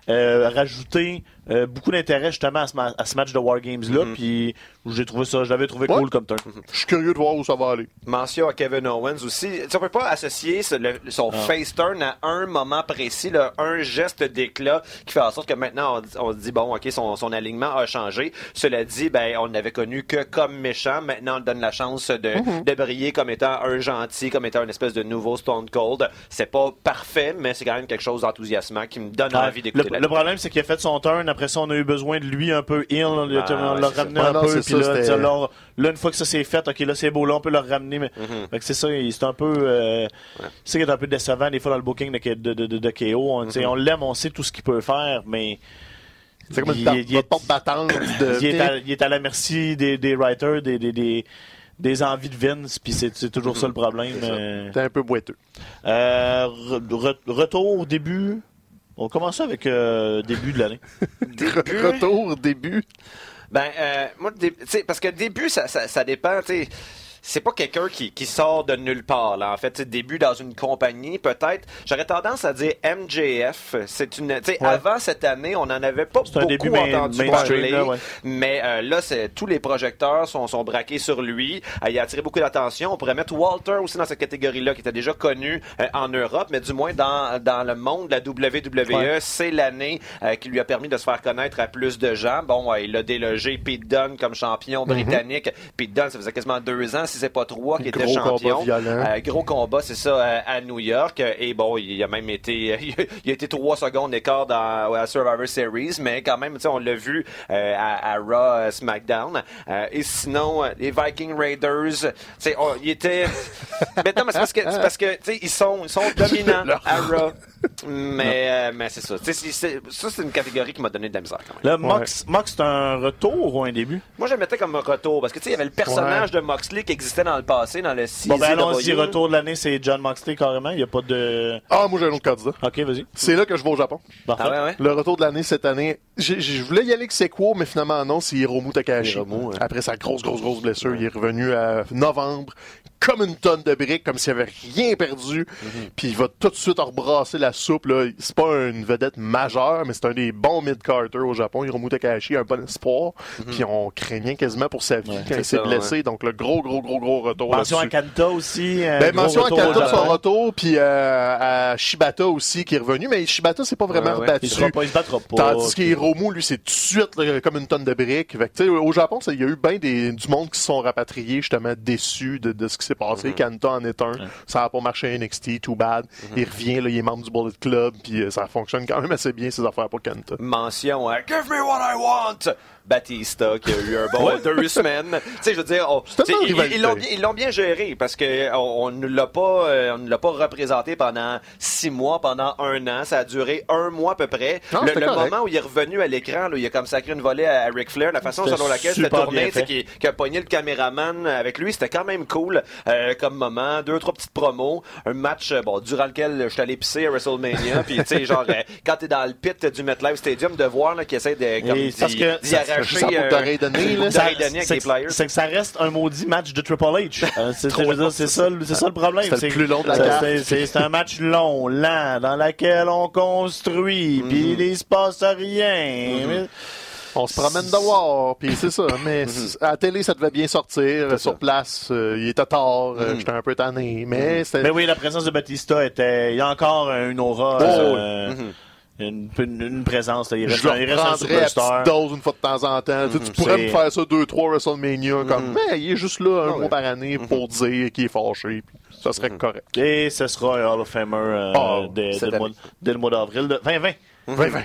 euh, rajouté euh, beaucoup d'intérêt justement à ce, ma- à ce match de War Games-là. Mm-hmm. Puis j'ai trouvé ça, je l'avais trouvé Ouais. cool comme turn. Je suis curieux de voir où ça va aller. Mention à Kevin Owens aussi. Tu ne peux pas associer ce- le- son Ah. face turn à un moment précis, là, un geste d'éclat qui fait en sorte que maintenant on, on se dit bon, ok, son, son alignement a changé. Cela dit, ben on n'avait connu que comme méchant. Maintenant, on lui donne la chance de, Mm-hmm. de briller comme étant un gentil, comme étant une espèce de nouveau Stone Cold. C'est pas parfait, mais c'est quand même quelque chose d'enthousiasmant qui me donne Ouais. envie d'écouter Le, la le problème, c'est qu'il a fait son turn. Après ça, on a eu besoin de lui un peu heal. On l'a Ah, on ouais, l'a c'est ramené ça. un Ouais, non, peu. c'est Puis ça, là, c'était- tu sais, alors, là, une fois que ça s'est fait, OK, là, c'est beau. Là, on peut le ramener. Mais Mm-hmm. fait que c'est ça. il- C'est un peu... Euh, c'est ça qui est un peu décevant des fois dans le booking de, de, de, de, de K O. On, tu sais, Mm-hmm. on l'aime, on sait tout ce qu'il peut faire, mais... C'est comme une il- porte- il est- porte battante de. il, est à, il est à la merci des, des writers, des, des, des, des envies de Vince, puis c'est, c'est toujours ça le problème. C'est ça. euh. T'es un peu boiteux. Euh, re- re- retour au début. On commence avec euh, début de l'année. Début. Retour, début. Ben, euh, moi, dé- tu sais, parce que début, ça, ça, ça dépend, tu sais. C'est pas quelqu'un qui, qui sort de nulle part, là. En fait, tu sais, début dans une compagnie, peut-être. J'aurais tendance à dire M J F. C'est une, tu sais, Ouais. avant cette année, on n'en avait pas C'est un beaucoup début main- entendu mainstream, parler. là, ouais. Mais euh, là, c'est, tous les projecteurs sont, sont braqués sur lui. Euh, il a attiré beaucoup d'attention. On pourrait mettre Walter aussi dans cette catégorie-là, qui était déjà connu euh, en Europe, mais du moins dans, dans le monde de la W W E, Ouais. c'est l'année euh, qui lui a permis de se faire connaître à plus de gens. Bon, ouais, il a délogé Pete Dunne comme champion britannique. Pete Dunne, ça faisait quasiment deux ans, si c'est pas trois, qui était Gros champion. combat violent. Euh, gros combat, c'est ça, euh, à New York. Et bon, il a même été, il a été trois secondes d'écart dans ouais, à Survivor Series, mais quand même, tu sais, on l'a vu euh, à, à Raw, euh, SmackDown. Euh, et sinon, euh, les Viking Raiders, tu sais, oh, il était. Mais non, mais c'est parce que, c'est parce que, tu sais, ils sont, ils sont dominants à Raw. Mais, euh, mais c'est ça. Tu sais, c'est- c'est- ça, c'est une catégorie qui m'a donné de la misère quand même. Là, Mox, Mox, c'est un retour ou un début? Moi, je le mettais comme un retour parce que tu sais, il y avait le personnage de Moxley qui existait dans le passé, dans le C Z W. Bon, ben allons-y, retour de l'année, c'est John Moxley carrément. Il n'y a pas de... Ah, moi j'ai un autre candidat. OK, vas-y. C'est là que je vais au Japon. Parfait. Ah ouais, ouais. Le retour de l'année cette année, j'ai- j'ai- je voulais y aller avec Sekwo, mais finalement non, c'est Hiromu Takahashi. Hiromu, ouais. Après sa grosse, grosse, grosse blessure, il est revenu à novembre, comme une tonne de briques, comme s'il avait rien perdu. Mm-hmm. Puis il va tout de suite rebrasser la soupe. Là. C'est pas une vedette majeure, mais c'est un des bons mid-carter au Japon. Hiromu Takahashi a un bon espoir. Puis on craignait quasiment pour sa vie Ouais, quand c'est il s'est ça, blessé. Donc le gros, gros, gros, gros retour Mention à là-dessus. Kanta aussi. euh, Ben, gros mention à retour au Kanta de son Japon. retour, puis euh, à Shibata aussi qui est revenu, mais Shibata c'est pas vraiment Ouais, ouais. rebattu. Il sera pas, il se battra pas. Tandis qu'Hiromu, lui, c'est tout de suite là, comme une tonne de briques. Fait que, tu sais, au Japon, ça, il y a eu bien des, du monde qui se sont rapatriés, justement, déçus de, de ce qui s'est passé. Mm-hmm. Kanta en est un. Ça n'a pas marché à N X T, too bad. Il revient, là, il est membre du Bullet Club, puis euh, ça fonctionne quand même assez bien, ces affaires pour Kanta. Mention à Give me what I want! Batista qui a eu un bon deux semaines. Tu sais, je veux dire, on- C'est tu sais, tellement ils, rivalité. ils l'ont bien, ils l'ont bien géré parce que on, on ne l'a pas, euh, on ne l'a pas représenté pendant six mois, pendant un an. Ça a duré un mois à peu près. Non, le c'était le correct. moment où il est revenu à l'écran, là, il a comme sacré une volée à, à Ric Flair, la façon C'était selon laquelle c'était super tourné, bien tu sais, fait. qui, qui a pogné le caméraman avec lui, c'était quand même cool euh, comme moment. Deux, trois petites promos, un match euh, bon durant lequel je suis allé pisser à WrestleMania, puis tu sais genre euh, quand t'es dans le pit du MetLife Stadium de voir là qui essaie de comme Et d'y- parce que d'y ça- arracher ça boucle euh, d'oreille de nez, là. boucle Ça- d'oreille de nez avec c'est des que- pliers. c'est que ça reste un maudit match de Triple H. Euh, c'est, je veux dire, c'est ça, le- c'est ça le problème. C'était le C'est- plus long de la c'est- carte. c'est, c'est, c'est un match long, lent, dans lequel on construit, puis il se passe rien. Mais- On se promène de voir, puis c'est ça. Mais c- à la télé, ça devait bien sortir. C'est Sur ça. place, euh, il était tard. euh, J'étais un peu tanné. Mais c'était... Mais oui, la présence de Batista était. Il y a encore euh, une aura. Oh, euh, une, une, une présence. Là. Il reste, Je le un- il reste un reprendrais à superstar. petite dose une fois de temps en temps. Tu sais, tu pourrais c'est- me faire ça deux, trois WrestleMania comme, mais il est juste là un Ah mois ouais. par année pour dire qu'il est fâché. Puis ça serait correct. Et ce sera un Hall of Famer euh, Oh, dès, cette dès le mois, année. dès le mois d'avril de vingt vingt. vingt vingt.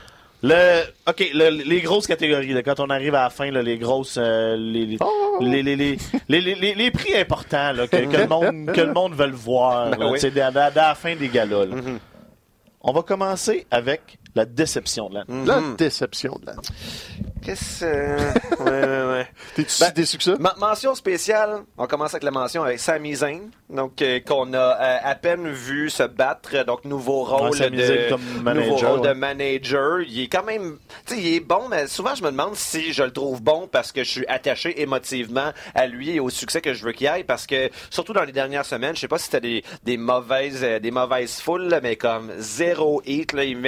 Le, OK, le- les grosses catégories, là, quand on arrive à la fin, là, les grosses, euh, les, les, Oh! les, les, les, les, les- les- les prix importants là, que, que le monde, que le monde veut le voir, Ben là, oui. tu sais, à, à- à la fin des galas. Là. On va commencer avec la déception de l'année. La déception de l'année. Qu'est-ce euh, ouais, ouais, ouais. T'es-tu Ben, si déçu que ça? Ma- mention spéciale, on commence avec la mention avec Sami Zayn, donc euh, qu'on a euh, à peine vu se battre, donc nouveau rôle Sami Zayn de comme manager, nouveau rôle ouais. de manager. Il est quand même, tu sais, il est bon, mais souvent je me demande si je le trouve bon parce que je suis attaché émotivement à lui et au succès que je veux qu'il aille, parce que surtout dans les dernières semaines, je sais pas si c'était des, des mauvaises euh, des mauvaises foules, là, mais comme zéro hit, là, il met beaucoup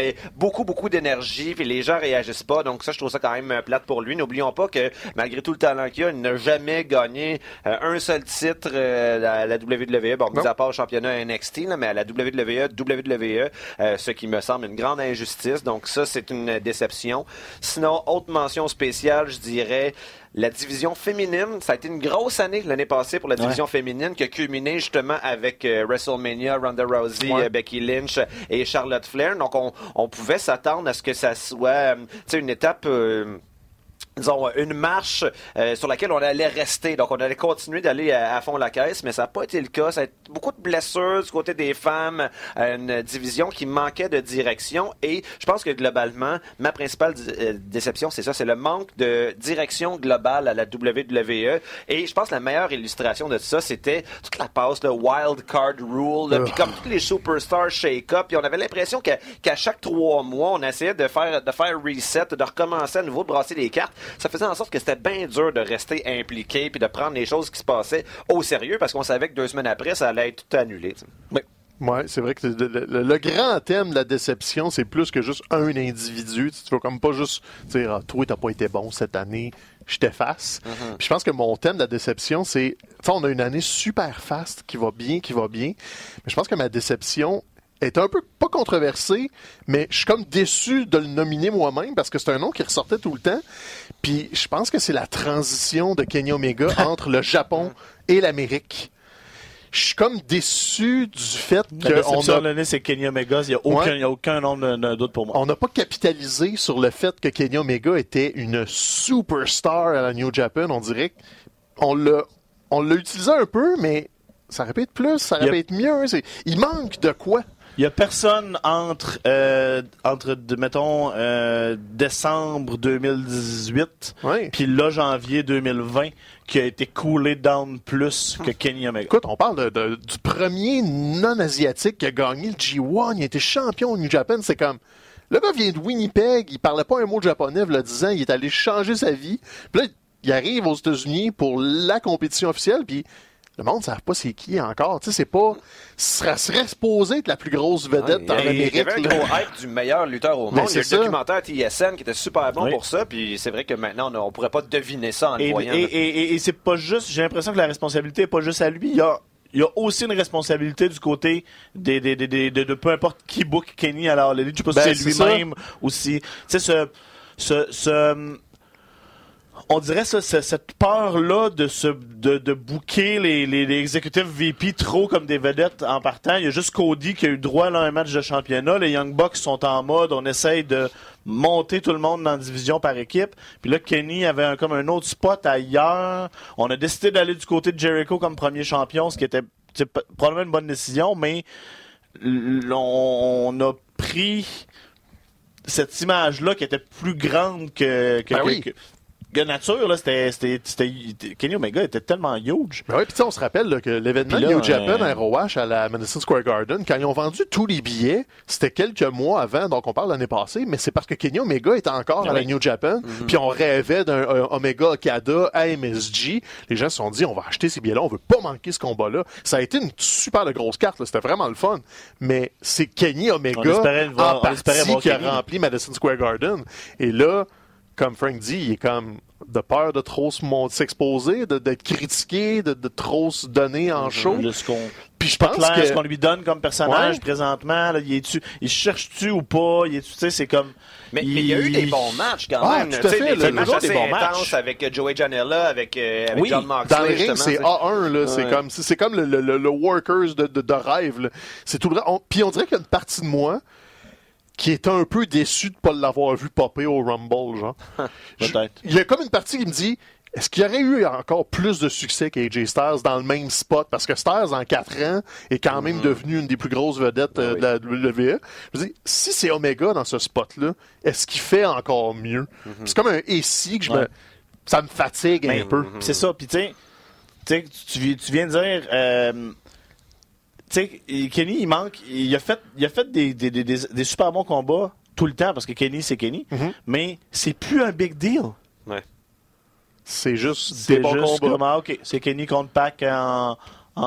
beaucoup, beaucoup d'énergie, puis les gens réagissent pas. Donc ça, je trouve ça quand même plate pour lui. N'oublions pas que malgré tout le talent qu'il a, il n'a jamais gagné euh, un seul titre euh, à la W W E. Bon, mis à part le championnat N X T, là, mais à la W W E, W W E, euh, ce qui me semble une grande injustice. Donc ça, c'est une déception. Sinon, autre mention spéciale, je dirais... La division féminine, ça a été une grosse année l'année passée pour la division ouais. féminine qui a culminé justement avec euh, WrestleMania, Ronda Rousey, ouais. euh, Becky Lynch et Charlotte Flair. Donc on, on pouvait s'attendre à ce que ça soit euh, une étape... Euh, disons, une marche euh, sur laquelle on allait rester. Donc, on allait continuer d'aller à, à fond la caisse, mais ça n'a pas été le cas. Ça a été beaucoup de blessures du côté des femmes, euh, une division qui manquait de direction. Et je pense que globalement, ma principale euh, déception, c'est ça, c'est le manque de direction globale à la W W E. Et je pense que la meilleure illustration de ça, c'était toute la passe, le wild card rule, puis comme tous les superstars shake-up. Puis on avait l'impression que, qu'à chaque trois mois, on essayait de faire, de faire reset, de recommencer à nouveau, de brasser les cartes. Ça faisait en sorte que c'était bien dur de rester impliqué puis de prendre les choses qui se passaient au sérieux parce qu'on savait que deux semaines après, ça allait être tout annulé. Oui, ouais, c'est vrai que le, le, le grand thème de la déception, c'est plus que juste un individu. Tu ne vas comme pas juste dire ah, « Toi, t'as pas été bon cette année, je t'efface. Mm-hmm. » Puis je pense que mon thème de la déception, c'est... Tu sais, on a une année super fast qui va bien, qui va bien. Mais je pense que ma déception... est un peu pas controversé, mais je suis comme déçu de le nominer moi-même parce que c'est un nom qui ressortait tout le temps. Puis je pense que c'est la transition de Kenny Omega entre le Japon et l'Amérique. Je suis comme déçu du fait que... La déception on a... de l'année, c'est Kenny Omega. Il n'y a aucun, ouais. il y a aucun nom de, de doute pour moi. On n'a pas capitalisé sur le fait que Kenny Omega était une superstar à la New Japan. On dirait qu'on l'a, on l'a utilisé un peu, mais ça aurait pu être plus, ça aurait pu être mieux. C'est... Il manque de quoi? Il n'y a personne entre, euh, entre de, mettons, euh, décembre deux mille dix-huit oui. puis là, janvier deux mille vingt, qui a été coolé down plus que Kenny Omega. Écoute, on parle de, de, du premier non-asiatique qui a gagné le G un. Il a été champion au New Japan. C'est comme... Le gars vient de Winnipeg. Il parlait pas un mot de japonais, il y a dix ans. Il est allé changer sa vie. Puis là, il arrive aux États-Unis pour la compétition officielle, puis... Le monde ne savent pas c'est qui encore. Tu sais, c'est pas... Ça serait supposé être la plus grosse vedette ah, en Amérique. Il y avait un gros hype du meilleur lutteur au monde. Il y a le ça. documentaire T S N qui était super bon oui. pour ça. Puis c'est vrai que maintenant, on ne pourrait pas deviner ça en et, le voyant. Et, et, et, et c'est pas juste... J'ai l'impression que la responsabilité n'est pas juste à lui. Il y a... Il y a aussi une responsabilité du côté des, des, des, des, de, de peu importe qui book Kenny à la All Elite. Je sais pas ben, si c'est lui-même aussi. Tu sais, ce... ce, ce on dirait ça, cette peur-là de se de, de booker les, les, les exécutifs V P trop comme des vedettes en partant. Il y a juste Cody qui a eu droit à un match de championnat. Les Young Bucks sont en mode, on essaye de monter tout le monde dans la division par équipe. Puis là, Kenny avait un, comme un autre spot ailleurs. On a décidé d'aller du côté de Jericho comme premier champion, ce qui était probablement une bonne décision, mais on a pris cette image-là qui était plus grande que... que, ben que, oui. que de nature, là, c'était, c'était, c'était, Kenny Omega était tellement huge. Ben oui, puis on se rappelle là, que l'événement là, New Japan euh... à R O H à la Madison Square Garden, quand ils ont vendu tous les billets, c'était quelques mois avant, donc on parle de l'année passée, mais c'est parce que Kenny Omega était encore ah, à la oui. New Japan, mm-hmm. puis on rêvait d'un un Omega Okada à M S G. Les gens se sont dit, on va acheter ces billets-là, on veut pas manquer ce combat-là. Ça a été une super de grosse carte, là, c'était vraiment le fun. Mais c'est Kenny Omega voir, en partie qui Kenny. a rempli Madison Square Garden. Et là, comme Frank dit, il est comme de peur de trop s'exposer, de, d'être critiqué, de, de trop se donner en show. Puis je pense clair, que ce qu'on lui donne comme personnage ouais. présentement, là, il est-tu, il cherche-tu ou pas, il est, tu sais, c'est comme. Mais il... mais il y a eu des bons matchs quand ah, même. Tout à fait, des, des matchs assez des bons intenses matchs avec Joey Janela, avec, euh, avec oui, John Moxley. Dans le ring, c'est A un là, ouais. c'est comme, c'est, c'est comme le, le, le Workers de, de, de rêve. Là. C'est tout le. On, puis on dirait qu'il y a une partie de moi qui est un peu déçu de ne pas l'avoir vu popper au Rumble, genre. Peut-être. Il y a comme une partie qui me dit, est-ce qu'il y aurait eu encore plus de succès qu'A J Styles dans le même spot? Parce que Styles, en quatre ans, est quand même mm-hmm. devenu une des plus grosses vedettes euh, oui. de la W W E. Je veux dire, si c'est Omega dans ce spot-là, est-ce qu'il fait encore mieux? Mm-hmm. C'est comme un « et si » que je ouais. me... Ça me fatigue Mais, un peu. Mm-hmm. C'est ça. Puis tu sais, tu, tu viens de dire... Euh, tu sais, Kenny, il manque... Il a fait, il a fait des, des, des, des super bons combats tout le temps, parce que Kenny, c'est Kenny. Mm-hmm. Mais c'est plus un big deal. Ouais. C'est juste c'est des bons juste combats. Comme, ah, OK, c'est Kenny contre Pac en, en,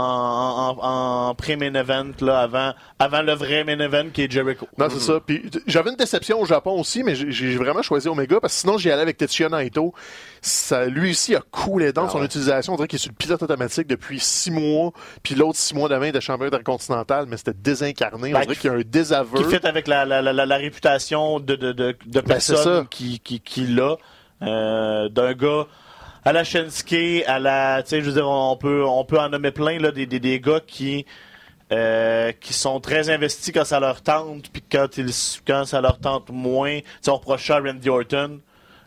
en, en pré-main event, là, avant, avant le vrai main event qui est Jericho. Non, c'est ça. Puis j'avais une déception au Japon aussi, mais j'ai, j'ai vraiment choisi Omega parce que sinon j'y allais avec Tetsuya Naito. Ça, lui aussi a coulé dans ah son ouais. utilisation. On dirait qu'il est sur le pilote automatique depuis six mois, puis l'autre six mois d'avant, il était champion intercontinental, mais c'était désincarné. Ben, on dirait qu'il y a un désaveu. Qui fit avec la, la, la, la, la réputation de, de, de, de personne ben, qui, qui, qui l'a, euh, d'un gars à la Shinsuke, à la, tu sais, je veux dire, on peut, on peut en nommer plein, là, des, des, des gars qui, euh, qui sont très investis quand ça leur tente, puis quand ils, quand ça leur tente moins. Tu sais, on reproche ça à Randy Orton.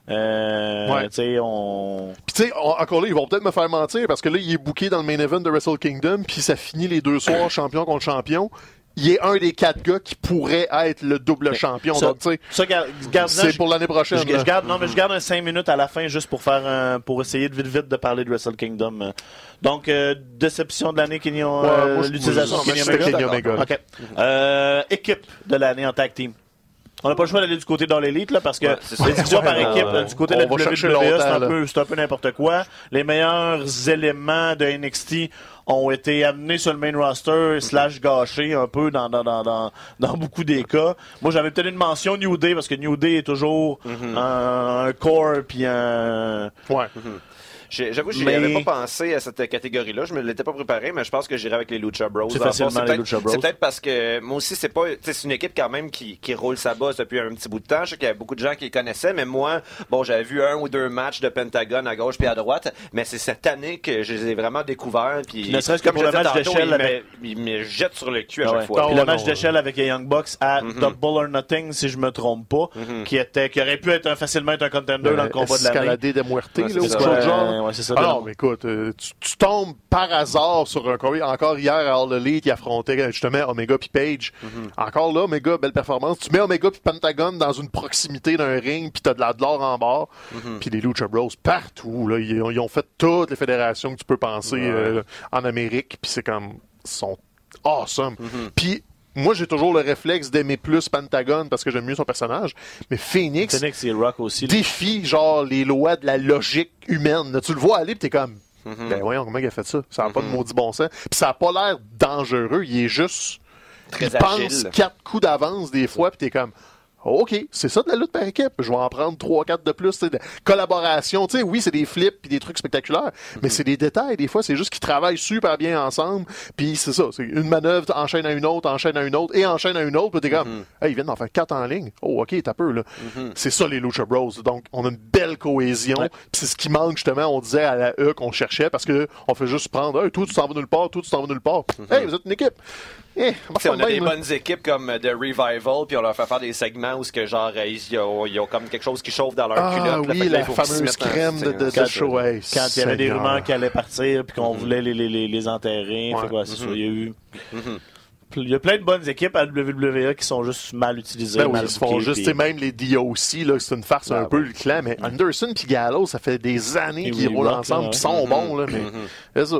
Euh, ouais. tu sais, on... Puis tu sais, encore là, ils vont peut-être me faire mentir, parce que là, il est booké dans le main event de Wrestle Kingdom, puis ça finit les deux soirs, champion contre champion. Il est un des quatre gars qui pourrait être le double mais champion. Ça, donc, ça garde, garde, c'est je, pour l'année prochaine. Je, je garde, non, mais je garde un cinq minutes à la fin juste pour faire un, pour essayer de vite vite de parler de Wrestle Kingdom. Donc, euh, déception de l'année, Kenny, ouais, euh, l'utilisation de Kenny Omega. Kenny Omega. Okay. Euh, équipe de l'année en tag team. On n'a pas le choix d'aller du côté dans l'élite, là, parce que ouais, les divisions par équipe, ouais, du côté de la W W E, c'est un peu, c'est un peu n'importe quoi. Les meilleurs éléments de N X T ont été amenés sur le main roster, slash gâchés un peu dans, dans, dans, dans, dans beaucoup des cas. Moi, j'avais peut-être une mention New Day, parce que New Day est toujours mm-hmm. un, un core puis un... Ouais. Mm-hmm. J'avoue, je n'avais mais... pas pensé à cette catégorie-là. Je me l'étais pas préparé, mais je pense que j'irai avec les Lucha Bros. C'est facilement les Lucha Bros. C'est peut-être parce que moi aussi, c'est pas, c'est une équipe quand même qui, qui roule sa bosse depuis un petit bout de temps. Je sais qu'il y a beaucoup de gens qui les connaissaient, mais moi, bon, j'avais vu un ou deux matchs de Pentagon à gauche puis à droite, mais c'est cette année que je les ai vraiment découverts. Puis, ne serait-ce que pour le match d'échelle, avec... il me jette sur le cul à ah chaque ouais. fois. Puis le match d'échelle avec les Young Bucks à mm-hmm. Double or Nothing, si je me trompe pas, mm-hmm. qui était, qui aurait pu être un, facilement être un contender dans le combat de l'année. Escaladé de Muerte, là, ou quelque genre. Ouais, c'est ça. Alors, écoute, euh, tu, tu tombes par hasard sur un combat. Encore hier à All Elite, il affrontait justement Omega puis Page. Mm-hmm. Encore là, Omega, belle performance. Tu mets Omega puis Pentagon dans une proximité d'un ring, puis t'as de la de l'or en bas. Mm-hmm. Puis les Lucha Bros partout. Là, ils, ils ont fait toutes les fédérations que tu peux penser ouais. euh, en Amérique. Puis c'est comme, ils sont awesome. Mm-hmm. Puis moi, j'ai toujours le réflexe d'aimer plus Pentagon parce que j'aime mieux son personnage. Mais Phoenix, Phoenix et Rock aussi, défie genre les lois de la logique humaine. Là, tu le vois aller pis t'es comme, mm-hmm. ben voyons comment il a fait ça. Ça n'a mm-hmm. pas de maudit bon sens. Puis ça n'a pas l'air dangereux. Il est juste, très il agile. pense quatre coups d'avance des fois pis t'es comme, OK, c'est ça de la lutte par équipe. Je vais en prendre trois quatre de plus. De collaboration. T'sais, oui, c'est des flips et des trucs spectaculaires, mm-hmm. mais c'est des détails. Des fois, c'est juste qu'ils travaillent super bien ensemble. Puis c'est ça. C'est une manœuvre, enchaîne à une autre, enchaîne à une autre, et enchaîne à une autre. Puis t'es comme, mm-hmm. hey, ils viennent d'en faire quatre en ligne. Oh, OK, t'as peu, là. Mm-hmm. C'est ça, les Lucha Bros. Donc, on a une belle cohésion. Ouais. Puis c'est ce qui manque, justement, on disait à la E qu'on cherchait parce que on fait juste prendre, hey, toi, tu t'en vas nulle part, toi, tu t'en vas nulle part. Mm-hmm. Hey, vous êtes une équipe. Eh, on a même, des là. bonnes équipes comme The Revival, puis on leur fait faire des segments où ce que genre ils ont, ils ont comme quelque chose qui chauffe dans leur ah, culotte. Oui, là, la fameuse crème de, de, de show. Quand, quand il y avait des rumeurs qui allaient partir, puis qu'on mm-hmm. voulait les, les, les enterrer. Ouais. Fait quoi, c'est mm-hmm. sûr, il y a eu. Mm-hmm. Il y a plein de bonnes équipes à la W W E qui sont juste mal utilisées. Ben mal oui, ils font juste, puis... même les D O C, là, c'est une farce ah, un ouais. peu le clan, mais Anderson et Gallows, ça fait des années et qu'ils roulent ensemble, puis sont bons, là, mais c'est ça.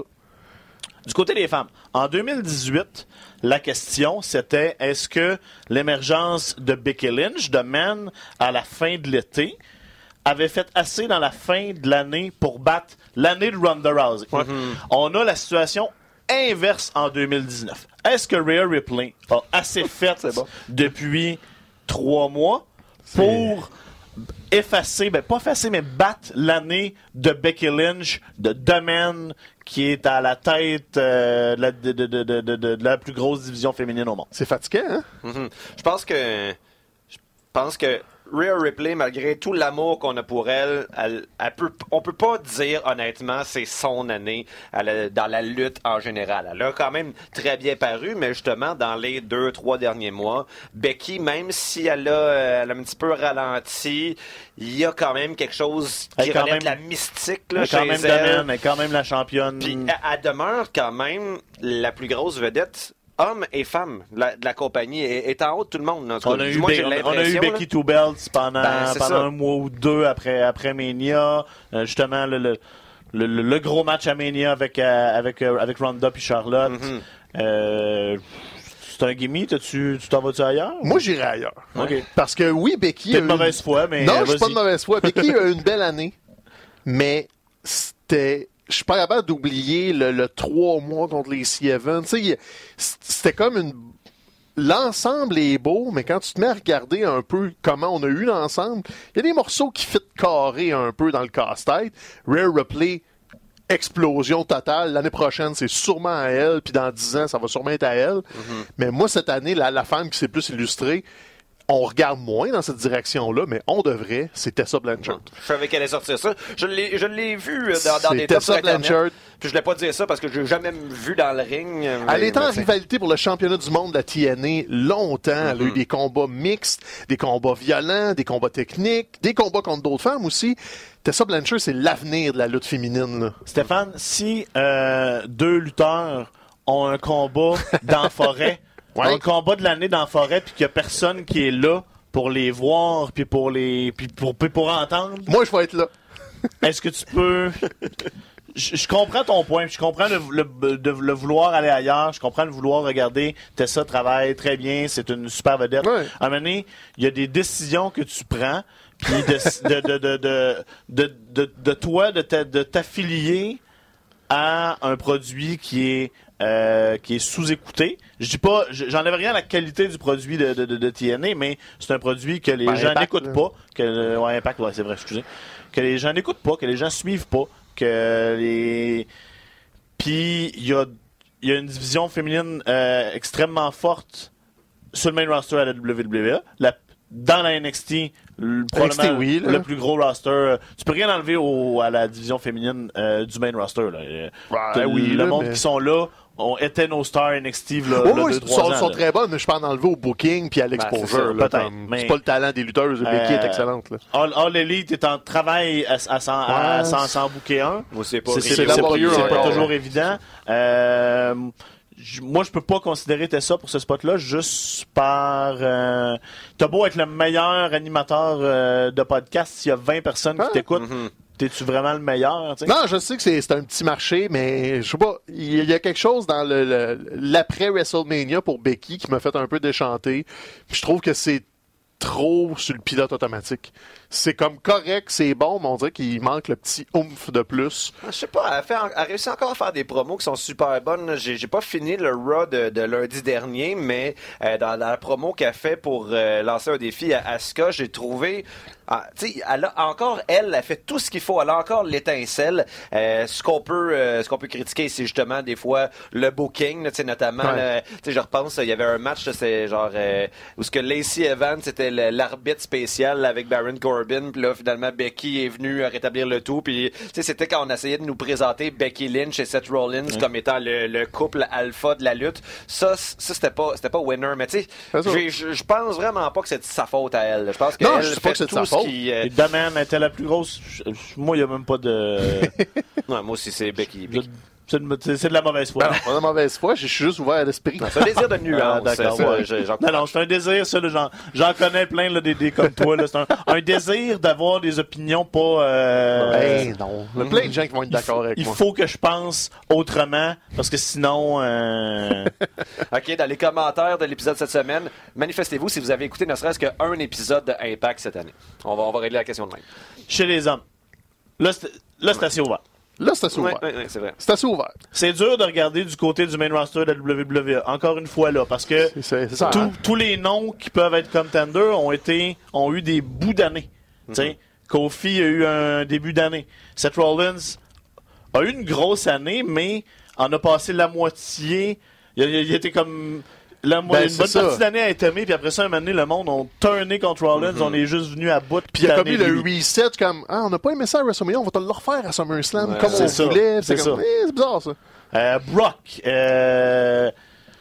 Du côté des femmes, en deux mille dix-huit, la question, c'était est-ce que l'émergence de Becky Lynch, de Man, à la fin de l'été, avait fait assez dans la fin de l'année pour battre l'année de Ronda Rousey? Mm-hmm. On a la situation inverse en deux mille dix-neuf. Est-ce que Rhea Ripley a assez fait bon. depuis trois mois pour c'est... effacer, ben pas effacer, mais battre l'année de Becky Lynch, de The Man, qui est à la tête euh, de, la, de, de, de, de, de, de la plus grosse division féminine au monde? C'est fatigant, hein? Mm-hmm. Je pense que je pense que Rhea Ripley, malgré tout l'amour qu'on a pour elle, elle, elle peut, on peut pas dire honnêtement c'est son année elle, dans la lutte en général. Elle a quand même très bien paru, mais justement dans les deux, trois derniers mois, Becky, même si elle a, elle a un petit peu ralenti, il y a quand même quelque chose qui relève même, de la mystique là, chez quand même elle. Elle est quand même la championne. Puis elle, elle demeure quand même la plus grosse vedette. Hommes et femmes de la, de la compagnie est, est en haut de tout le monde. En tout on, cas, a eu moi, Be- on a eu Becky Two Belts pendant, ben, pendant un mois ou deux après, après Mania. Euh, justement, le, le, le, le gros match à Mania avec, euh, avec, euh, avec Ronda puis Charlotte. Mm-hmm. Euh, c'est un gimme. Tu t'en vas-tu ailleurs? Moi, j'irai ailleurs. Okay. Parce que oui, Becky... T'es de mauvaise foi, mais... Non, je suis pas de mauvaise foi. Becky a eu une belle année, mais c'était... je suis pas capable d'oublier le, le trois mois contre les C Evans. Tu sais, c'était comme une... L'ensemble est beau, mais quand tu te mets à regarder un peu comment on a eu l'ensemble, il y a des morceaux qui fit carré un peu dans le casse-tête. Rare Replay, explosion totale. L'année prochaine, c'est sûrement à elle, puis dans dix ans, ça va sûrement être à elle. Mm-hmm. Mais moi, cette année, la, la femme qui s'est plus illustrée, on regarde moins dans cette direction-là, mais on devrait, c'est Tessa Blanchard. Je savais qu'elle allait sortir ça. Je l'ai, je l'ai vu dans, dans des tops sur Internet. Puis je l'ai pas dit ça parce que je l'ai jamais vu dans le ring. Elle était en rivalité pour le championnat du monde de la T N A longtemps. Mm-hmm. Elle a eu des combats mixtes, des combats violents, des combats techniques, des combats contre d'autres femmes aussi. Tessa Blanchard, c'est l'avenir de la lutte féminine. Là. Stéphane, si euh, deux lutteurs ont un combat dans la forêt, ouais. un combat de l'année dans la forêt, puis qu'il y a personne qui est là pour les voir, puis pour les, puis pour, puis pour entendre. Moi, je vais être là. Est-ce que tu peux... Je, je comprends ton point, je comprends le, le, de, le vouloir aller ailleurs, je comprends le vouloir regarder Tessa travaille très bien, c'est une super vedette. Ouais. À un moment donné, il y a des décisions que tu prends, puis de, de, de, de, de, de, de, de toi, de, ta, de t'affilier à un produit qui est euh, qui est sous-écouté. Je dis pas, j'enlève rien à la qualité du produit de, de, de, de T N A, mais c'est un produit que les ben, gens impact, n'écoutent là. pas, que ouais, Impact, ouais, c'est vrai, excusez, que les gens n'écoutent pas, que les gens suivent pas. Que les puis il y a il y a une division féminine euh, extrêmement forte sur le main roster à la W W E, la, dans la N X T, le, probablement N X T, oui, le plus gros roster. Tu peux rien enlever au, à la division féminine euh, du main roster là. Ouais, oui, le là, monde mais... qui sont là on était nos stars N X T là, oh, là, oui, deux, ils sont, ans, sont là. très bonnes, mais je peux en enlever au booking puis à l'exposure. Ben, c'est, mais... c'est pas le talent des lutteuses. Euh, Becky est excellente. Là. All, All Elite est en travail à, à, s'en, ouais. à, à s'en, s'en booker un. Moi, c'est pas, c'est, c'est, c'est, c'est, c'est, pas, c'est, c'est pas toujours ouais. évident. Euh, j- moi, je peux pas considérer Tessa pour ce spot-là juste par... Euh, t'as beau être le meilleur animateur euh, de podcast, s'il y a vingt personnes qui ah. t'écoutent, mm-hmm. T'es-tu vraiment le meilleur? T'sais? Non, je sais que c'est, c'est un petit marché, mais je sais pas, il y a quelque chose dans le, le, l'après WrestleMania pour Becky qui m'a fait un peu déchanter. Puis je trouve que c'est trop sur le pilote automatique. C'est comme correct, c'est bon, mais on dirait qu'il manque le petit oomph de plus. Je sais pas, elle, fait, elle réussit encore à faire des promos qui sont super bonnes. J'ai, j'ai pas fini le Raw de, de lundi dernier, mais euh, dans, dans la promo qu'elle fait pour euh, lancer un défi à Asuka, j'ai trouvé... Ah, tu sais, elle a encore, elle, elle fait tout ce qu'il faut. Elle a encore l'étincelle. Euh, ce qu'on peut, euh, ce qu'on peut critiquer, c'est justement des fois le booking, tu sais, notamment. Tu sais, je repense, il y avait un match, c'est genre euh, où ce que Lacey Evans c'était le, l'arbitre spécial avec Baron Corbin, puis là finalement Becky est venue rétablir le tout. Puis tu sais, c'était quand on essayait de nous présenter Becky Lynch et Seth Rollins ouais. comme étant le, le couple alpha de la lutte. Ça, ça c'était pas, c'était pas winner. Mais tu sais, je, je pense vraiment pas que c'est de sa faute à elle. Je pense que non, elle je fait pas que c'est de sa faute. Qui, euh... Daman était la plus grosse. Moi, il n'y a même pas de. non, moi aussi, c'est Becky. Becky. C'est, de, c'est de la mauvaise foi. Non, pas de la mauvaise foi, je suis juste ouvert à l'esprit. Non, c'est un désir de nuance. Ah, d'accord, ça, ouais. je, non, non, c'est un désir, ça, là, j'en, j'en connais plein, là, des, des comme toi, là. C'est un, un désir d'avoir des opinions pas. Euh... Ben non. Il y a plein de gens qui vont être d'accord faut, avec il moi. Il faut que je pense autrement, parce que sinon. Euh... OK, dans les commentaires de l'épisode cette semaine, manifestez-vous si vous avez écouté ne serait-ce qu'un épisode de Impact cette année. On va, on va régler la question de même. Chez les hommes. Là, c'est, là, c'est assez ouvert. Là, c'est assez ouvert. Oui, oui, c'est vrai. C'est assez ouvert. C'est dur de regarder du côté du main roster de la W W E. Encore une fois, là, parce que c'est, c'est, c'est ça, tout, hein? tous les noms qui peuvent être contenders ont été, ont eu des bouts d'année. Mm-hmm. Kofi a eu un début d'année. Seth Rollins a eu une grosse année, mais en a passé la moitié. Il, il, il était comme... La, ben, une bonne ça. partie d'année à être aimé, puis après ça, un moment donné, le monde ont turné contre Rollins, mm-hmm. on est juste venu à bout. Puis il y a comme eu le reset, comme, ah, on n'a pas aimé ça à WrestleMania, on va te le refaire à SummerSlam, ouais, comme on ça. voulait. C'est, c'est, comme, eh, c'est bizarre, ça. Euh, Brock, euh...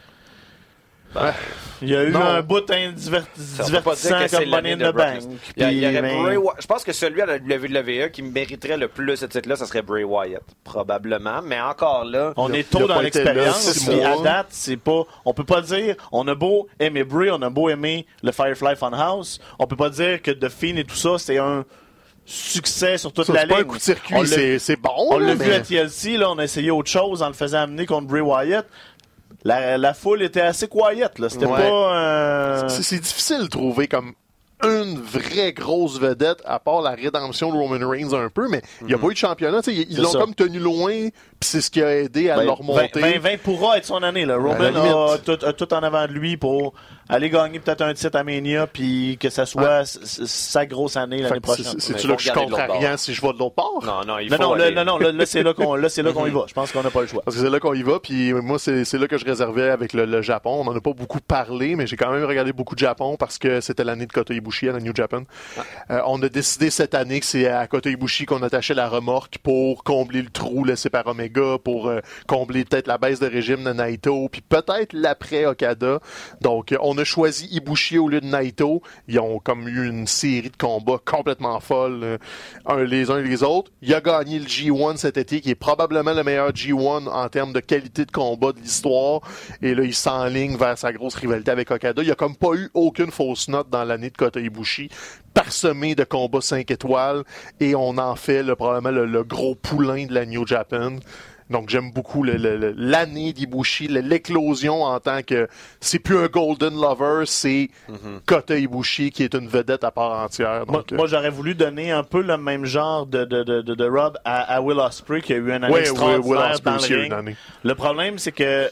Ben, il y a eu non. un bout indiver- divertissant comme Money in the Bank. Il y a, il y aurait mais... Bray Wyatt. Je pense que celui à la W W E qui mériterait le plus ce titre-là, ça serait Bray Wyatt, probablement. Mais encore là, on est tôt dans l'expérience. Puis à date, c'est pas. On peut pas dire. On a beau aimer Bray, on a beau aimer le Firefly Funhouse. On peut pas dire que The Fiend et tout ça, c'est un succès sur toute ça, la c'est ligne. Pas un coup de circuit, c'est, c'est bon. On là, l'a mais... vu à T L C, là, on a essayé autre chose en le faisant amener contre Bray Wyatt. La, la foule était assez quiet, là. C'était ouais. pas. Euh... C'est, c'est difficile de trouver comme une vraie grosse vedette, à part la rédemption de Roman Reigns un peu, mais il n'y a mm-hmm. pas eu de championnat. Ils, ils l'ont ça. comme tenu loin, puis c'est ce qui a aidé à ben, leur monter. vingt vingt pourra être son année. Là. Roman a tout, a tout en avant de lui pour aller gagner peut-être un titre à Mania, puis que ça soit ouais. sa grosse année l'année prochaine. C'est-tu là que je contrariant si je vais de l'autre part? Non, non, il faut non, non, aller... là, non, non, là, là c'est là qu'on, là, c'est là qu'on y va. Je pense qu'on n'a pas le choix. Parce que c'est là qu'on y va, puis moi, c'est, c'est là que je réservais avec le, le Japon. On n'en a pas beaucoup parlé, mais j'ai quand même regardé beaucoup de Japon parce que c'était l'année de Kota Ibushi à la New Japan. Ah. Euh, on a décidé cette année que c'est à Kota Ibushi qu'on attachait la remorque pour combler le trou laissé par Omega, pour euh, combler peut-être la baisse de régime de Naito, puis peut-être l'après Okada. Donc, euh, on a choisi Ibushi au lieu de Naito. Ils ont comme eu une série de combats complètement folles, euh, un, les uns et les autres. Il a gagné le G un cet été, qui est probablement le meilleur G un en termes de qualité de combat de l'histoire. Et là, il s'enligne vers sa grosse rivalité avec Okada. Il a comme pas eu aucune fausse note dans l'année de Kota Ibushi, parsemé de combats cinq étoiles, et on en fait le, probablement le, le gros poulain de la New Japan. Donc j'aime beaucoup le, le, l'année d'Ibushi, le, l'éclosion en tant que c'est plus un Golden Lover, c'est mm-hmm. Kota Ibushi qui est une vedette à part entière. Donc, moi, euh... moi j'aurais voulu donner un peu le même genre de, de, de, de, de rub à, à Will Ospreay qui a eu une année ouais, extraordinaire Will Ospreay dans le ring. Année. Le problème c'est que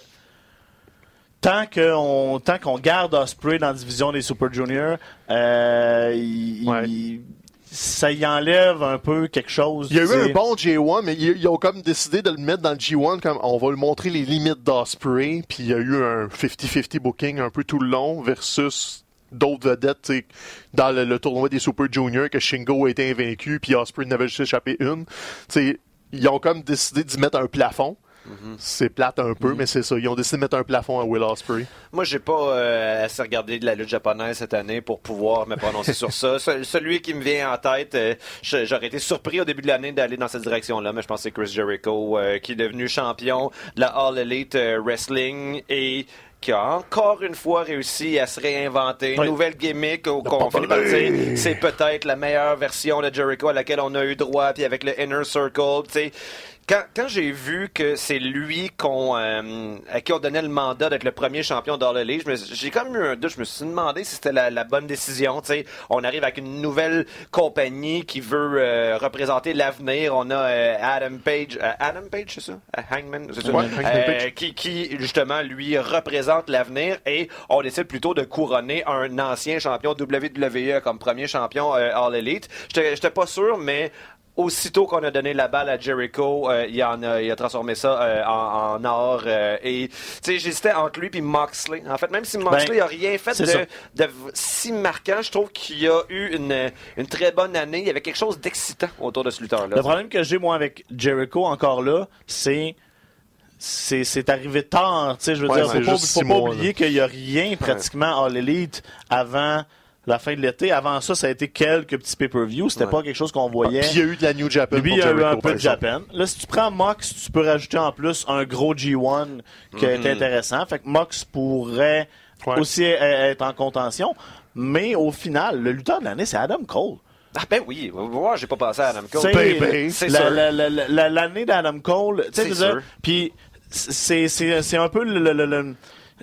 Tant qu'on, tant qu'on garde Ospreay dans la division des Super Juniors, euh, il, ouais. il, ça y enlève un peu quelque chose. Il y a eu un bon G un, mais ils, ils ont comme décidé de le mettre dans le G un comme on va lui montrer les limites d'Ospreay, puis il y a eu un cinquante cinquante booking un peu tout le long versus d'autres vedettes, t'sais, dans le, le tournoi des Super Juniors que Shingo a été invaincu, puis Ospreay n'avait juste échappé une. T'sais, ils ont comme décidé d'y mettre un plafond. Mm-hmm. C'est plate un peu, mm-hmm. mais c'est ça. Ils ont décidé de mettre un plafond à Will Ospreay. Moi, j'ai pas euh, assez regardé de la lutte japonaise cette année pour pouvoir me prononcer sur ça. Ce, celui qui me vient en tête, euh, j'aurais été surpris au début de l'année d'aller dans cette direction-là, mais je pense que c'est Chris Jericho euh, qui est devenu champion de la All Elite euh, Wrestling et qui a encore une fois réussi à se réinventer. Une oui. nouvelle gimmick où qu'on finit par dire c'est peut-être la meilleure version de Jericho à laquelle on a eu droit, puis avec le Inner Circle, tu sais. Quand, quand j'ai vu que c'est lui qu'on, euh, à qui on donnait le mandat d'être le premier champion d'All Elite, je me, j'ai quand même eu un doute. Je me suis demandé si c'était la, la bonne décision. T'sais, on arrive avec une nouvelle compagnie qui veut euh, représenter l'avenir. On a euh, Adam Page, euh, Adam Page, c'est ça, euh, Hangman, c'est ça, ouais, euh, qui, qui justement lui représente l'avenir. Et on décide plutôt de couronner un ancien champion W W E comme premier champion euh, All Elite. J'étais, j'étais pas sûr, mais aussitôt qu'on a donné la balle à Jericho, euh, il, en a, il a transformé ça euh, en, en or. Euh, et tu sais, j'hésitais entre lui et Moxley. En fait, même si Moxley n'a ben, rien fait de, de si marquant, je trouve qu'il y a eu une, une très bonne année. Il y avait quelque chose d'excitant autour de ce lutteur-là. Le problème que j'ai, moi, avec Jericho, encore là, c'est... C'est, c'est arrivé tard, tu sais, je veux ouais, dire, faut pas, faut pas oublier qu'il n'y a rien pratiquement ouais. All Elite avant la fin de l'été. Avant ça, ça a été quelques petits pay-per-views. C'était ouais. pas quelque chose qu'on voyait. Puis il y a eu de la New Japan. Puis il y a eu un peu de Japan. Là, si tu prends Mox, tu peux rajouter en plus un gros G un qui mm-hmm. est intéressant. Fait que Mox pourrait ouais. aussi être en contention. Mais au final, le lutteur de l'année, c'est Adam Cole. Ah ben oui, moi j'ai pas pensé à Adam Cole. C'est, ben, ben, c'est la, la, la, la, l'année d'Adam Cole, tu sais, puis c'est, c'est, c'est un peu le, le, le, le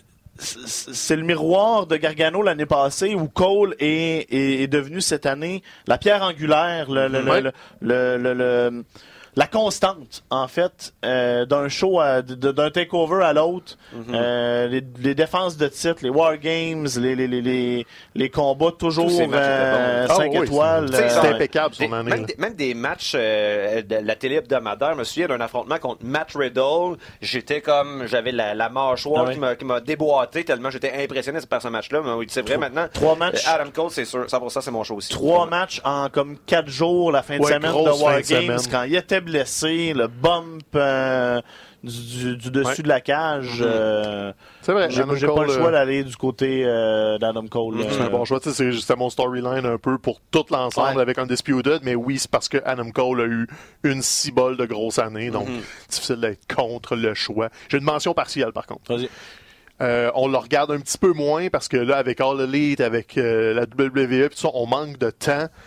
c'est le miroir de Gargano l'année passée où Cole est, est, est devenu cette année la pierre angulaire, le, le, ouais. le, le, le, le, la constante, en fait, euh, d'un show, à, de, d'un takeover à l'autre. Mm-hmm. Euh, les, les défenses de titre, les War Games, les, les, les, les combats toujours euh, cinq oh, oui, étoiles. C'est, c'est euh, impeccable son année. Même des, même des matchs euh, de la télé hebdomadaire, je me souviens d'un affrontement contre Matt Riddle. J'étais comme, j'avais la, la mâchoire ah oui. qui, m'a, qui m'a déboîté tellement j'étais impressionné par ce match-là. Mais oui, c'est vrai, maintenant. Trois matchs. Adam Cole, c'est sûr. cent pour cent, c'est mon show aussi. Trois matchs en comme quatre jours, la fin de ouais, semaine de War Games, quand il était blessé, le bump euh, du, du, du dessus ouais. de la cage. Mm-hmm. Euh, c'est vrai, j'ai, j'ai pas le choix d'aller du côté euh, d'Adam Cole. Mm-hmm. Euh, c'est un bon choix. C'est, c'était mon storyline un peu pour tout l'ensemble ouais. avec Undisputed, mais oui, c'est parce que Adam Cole a eu une cibole de grosse année, donc mm-hmm. difficile d'être contre le choix. J'ai une mention partielle, par contre. Vas-y. Euh, on le regarde un petit peu moins parce que là, avec All Elite, avec euh, la W W E, tout ça, on manque de temps.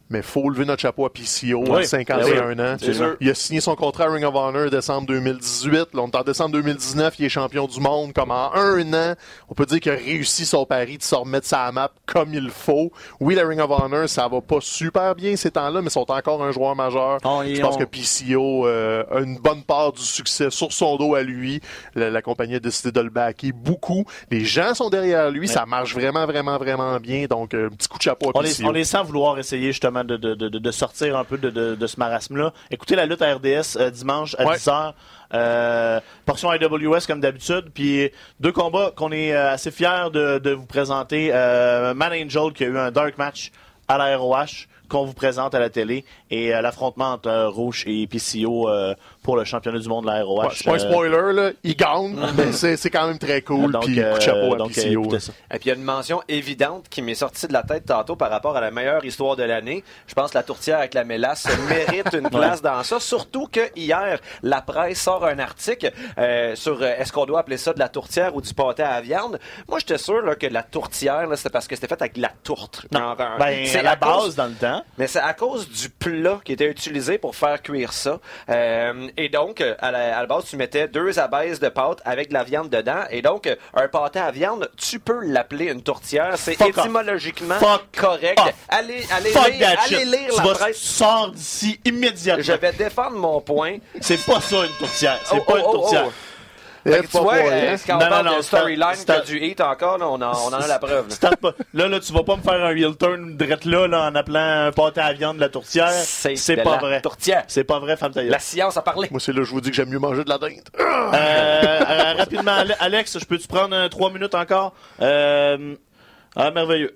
Mais faut lever notre chapeau à P C O oui, à cinquante et un ans. sûr. Il a signé son contrat à Ring of Honor décembre deux mille dix-huit. Là, on est en décembre deux mille dix-neuf, il est champion du monde. Comme en un an, on peut dire qu'il a réussi son pari de se remettre sa map comme il faut. Oui, la Ring of Honor, ça va pas super bien ces temps-là, mais ils sont encore un joueur majeur. Oh, Je pense on... que P C O euh, a une bonne part du succès sur son dos à lui. La, la compagnie a décidé de le backer beaucoup. Les gens sont derrière lui. Ouais. Ça marche vraiment, vraiment, vraiment bien. Donc, un euh, petit coup de chapeau à on P C O. Les, on les sent vouloir essayer justement de, de, de, de sortir un peu de, de, de ce marasme-là. Écoutez la lutte à R D S euh, dimanche à ouais. dix heures. Euh, portion A W S comme d'habitude. Puis deux combats qu'on est euh, assez fiers de, de vous présenter. Euh, Man Angel qui a eu un dark match à la R O H qu'on vous présente à la télé et euh, l'affrontement entre euh, Rouge et P C O euh, pour le championnat du monde de la R O H. Ouais, c'est pas un spoiler, là. Il gagne, mais c'est, c'est quand même très cool. Donc, puis euh, coup de chapeau à donc, P C O. Et puis il y a une mention évidente qui m'est sortie de la tête tantôt par rapport à la meilleure histoire de l'année. Je pense que la tourtière avec la mélasse mérite une place ouais. dans ça. Surtout que hier, la presse sort un article euh, sur euh, est-ce qu'on doit appeler ça de la tourtière ou du pâté à la viande. Moi, j'étais sûr là, que la tourtière, là, c'était parce que c'était fait avec de la tourte. Non. Genre, un... ben, c'est à la base cause... dans le temps. Mais c'est à cause du plat qui était utilisé pour faire cuire ça. Euh, et donc, à la, à la base, tu mettais deux abaisses de pâte avec de la viande dedans. Et donc, un pâté à viande, tu peux l'appeler une tourtière. C'est Fuck étymologiquement Fuck correct. Off. Allez, allez Fuck lire, allez lire tu la vas presse. Sors d'ici immédiatement. Je vais défendre mon point. C'est pas ça une tourtière. C'est oh, pas oh, une tourtière. Oh, oh. Fait que tu vois, euh, quand on parle de storyline qui a du hate encore, là, on, en, on en a la preuve. Là. Là, là, tu vas pas me faire un heel turn direct là, là, en appelant un pâté à viande de la tourtière. C'est, c'est pas vrai. Tourtière. C'est pas vrai, femme tailleuse. La science a parlé. Moi, c'est là que je vous dis que j'aime mieux manger de la dinde. Euh, euh, rapidement, Alex, je peux-tu prendre euh, trois minutes encore? Euh... Ah, merveilleux.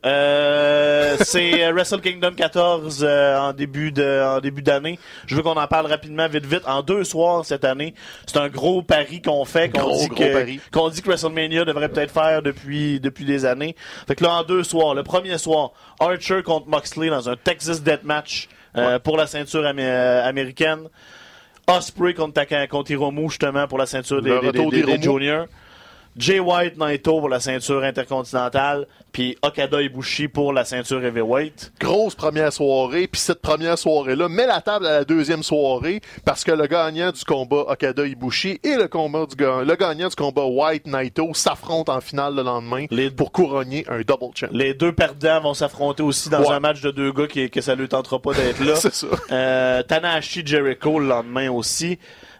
Euh, c'est Wrestle Kingdom quatorze euh, en début de en début d'année. Je veux qu'on en parle rapidement, vite, vite. En deux soirs cette année, c'est un gros pari qu'on fait, qu'on gros, dit gros que pari. qu'on dit que WrestleMania devrait peut-être faire depuis depuis des années. Fait que là, en deux soirs, le premier soir, Archer contre Moxley dans un Texas Deathmatch euh, ouais. pour la ceinture am- euh, américaine. Ospreay contre, Taka, contre Hiromu justement pour la ceinture des, des, des, des, des juniors. Jay White, Naito pour la ceinture intercontinentale, puis Okada Ibushi pour la ceinture heavyweight. Grosse première soirée, puis cette première soirée-là met la table à la deuxième soirée parce que le gagnant du combat Okada Ibushi et le combat du le gagnant du combat White Naito s'affrontent en finale le lendemain les, pour couronner un double champ. Les deux perdants vont s'affronter aussi dans ouais. un match de deux gars qui, que ça lui tentera pas d'être là. C'est ça. Euh, Tanahashi Jericho le lendemain aussi.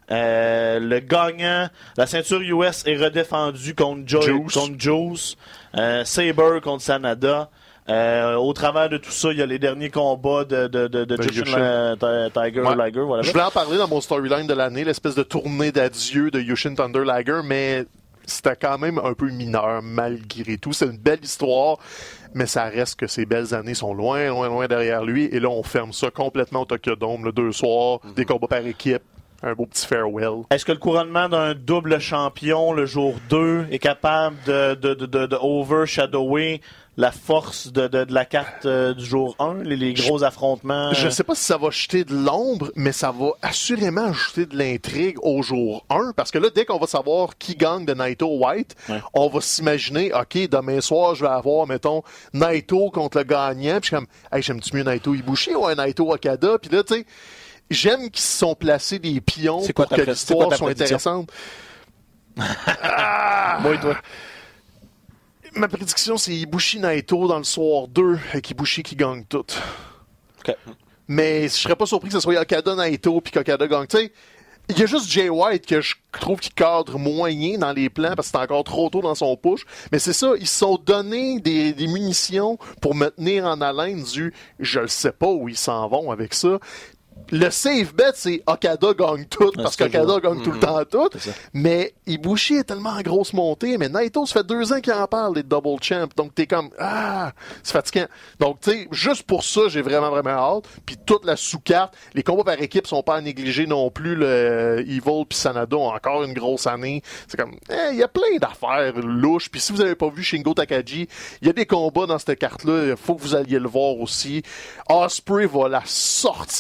Euh, le gagnant, la ceinture U S est redéfendue contre Joe, Juice. Contre Juice. Euh, Sabre contre Sanada. Euh, au travers de tout ça, il y a les derniers combats de, de, de, de Jushin euh, Tiger ouais. Liger. Voilà. Je voulais en parler dans mon storyline de l'année, l'espèce de tournée d'adieu de Jushin Thunder Liger, mais c'était quand même un peu mineur malgré tout. C'est une belle histoire, mais ça reste que ces belles années sont loin, loin, loin derrière lui. Et là, on ferme ça complètement au Tokyo Dome, le deux soirs, mm-hmm. des combats par équipe. Un beau petit farewell. Est-ce que le couronnement d'un double champion le jour deux est capable de, de, de, de, de overshadower la force de, de, de la carte euh, du jour un, les, les gros je, affrontements? Je sais pas si ça va jeter de l'ombre, mais ça va assurément ajouter de l'intrigue au jour un, parce que là, dès qu'on va savoir qui gagne de Naito White, ouais. on va s'imaginer, OK, demain soir, je vais avoir, mettons, Naito contre le gagnant, puis je suis comme, hey, j'aime-tu mieux Naito Ibushi ou un Naito Okada? Puis là, tu sais, j'aime qu'ils se sont placés des pions pour que l'histoire soit intéressante. ah! Moi et toi. Ma prédiction, c'est Ibushi Naito dans le soir deux, avec Ibushi qui gagne tout. Okay. Mais je serais pas surpris que ce soit Okada Naito puis qu'Okada gagne. Tu sais, il y a juste Jay White que je trouve qu'il cadre moyen dans les plans parce que c'est encore trop tôt dans son push. Mais c'est ça, ils se sont donné des, des munitions pour me tenir en haleine du « je ne sais pas où ils s'en vont avec ça ». Le safe bet, c'est Okada gagne tout, ah, parce qu'Okada gagne mm-hmm. tout le temps tout. Mais Ibushi est tellement en grosse montée, mais Naito, ça fait deux ans qu'il en parle, des double champs. Donc, t'es comme, ah, c'est fatigant. Donc, tu sais, juste pour ça, j'ai vraiment, vraiment hâte. Puis toute la sous-carte, les combats par équipe sont pas à négliger non plus. Le Evil puis Sanada ont encore une grosse année. C'est comme, il eh, y a plein d'affaires louches. Puis si vous avez pas vu Shingo Takagi, il y a des combats dans cette carte-là. Il faut que vous alliez le voir aussi. Ospreay va la sortir du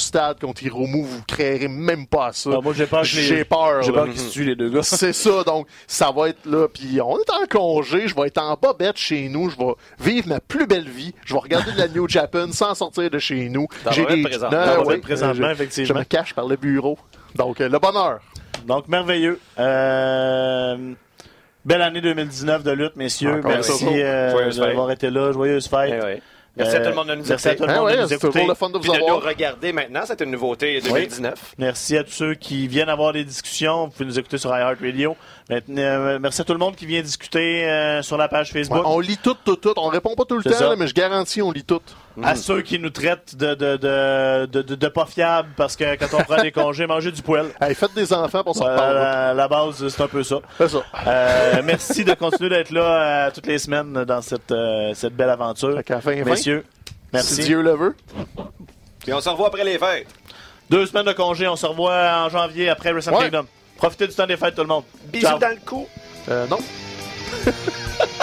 stade contre Hiromu, vous créerez même pas ça. Non, moi, j'ai peur que J'ai les- peur. J'ai là. peur qu'ils se tuent, les deux gars. C'est ça, donc ça va être là. Puis on est en congé, je vais être en bobette chez nous, je vais vivre ma plus belle vie. Je vais regarder de la New Japan sans sortir de chez nous. Dans J'ai le des présent. Non, Dans le ouais, présentement, je- Je effectivement. me cache par le bureau. Donc euh, le bonheur. Donc, merveilleux. Euh, Belle année deux mille dix-neuf de lutte, messieurs. Encore Merci ça. euh, Joyeuse d'avoir été là. Joyeuse fête. Eh oui. Merci à tout le monde de nous Merci à écouter. tout le Ah monde ouais, de nous c'est écouter. toujours le fun de vous Puis de nous avoir. regarder maintenant, c'est une nouveauté deux mille dix-neuf. Merci à tous ceux qui viennent avoir des discussions. Vous pouvez nous écouter sur iHeartRadio. Maintenant, euh, merci à tout le monde qui vient discuter euh, sur la page Ouais, Facebook. on lit tout, tout, tout. On répond pas tout le C'est temps, ça. là, mais je garantis, on lit tout. À ceux qui nous traitent de, de, de, de, de, de pas fiables parce que quand on prend des congés, manger du poêle. Hey, faites des enfants pour s'en Voilà, reparler. la, la base, c'est un peu ça. C'est ça. Euh, merci de continuer d'être là euh, toutes les semaines dans cette, euh, cette belle aventure. Fait qu'à la fin, fin, Messieurs, merci. si Dieu le veut. Puis on se revoit après les fêtes. Deux semaines de congé, on se revoit en janvier après Wrestle Ouais. Kingdom. Profitez du temps des fêtes, tout le monde. Bisous Ciao. dans le cou. Euh, non.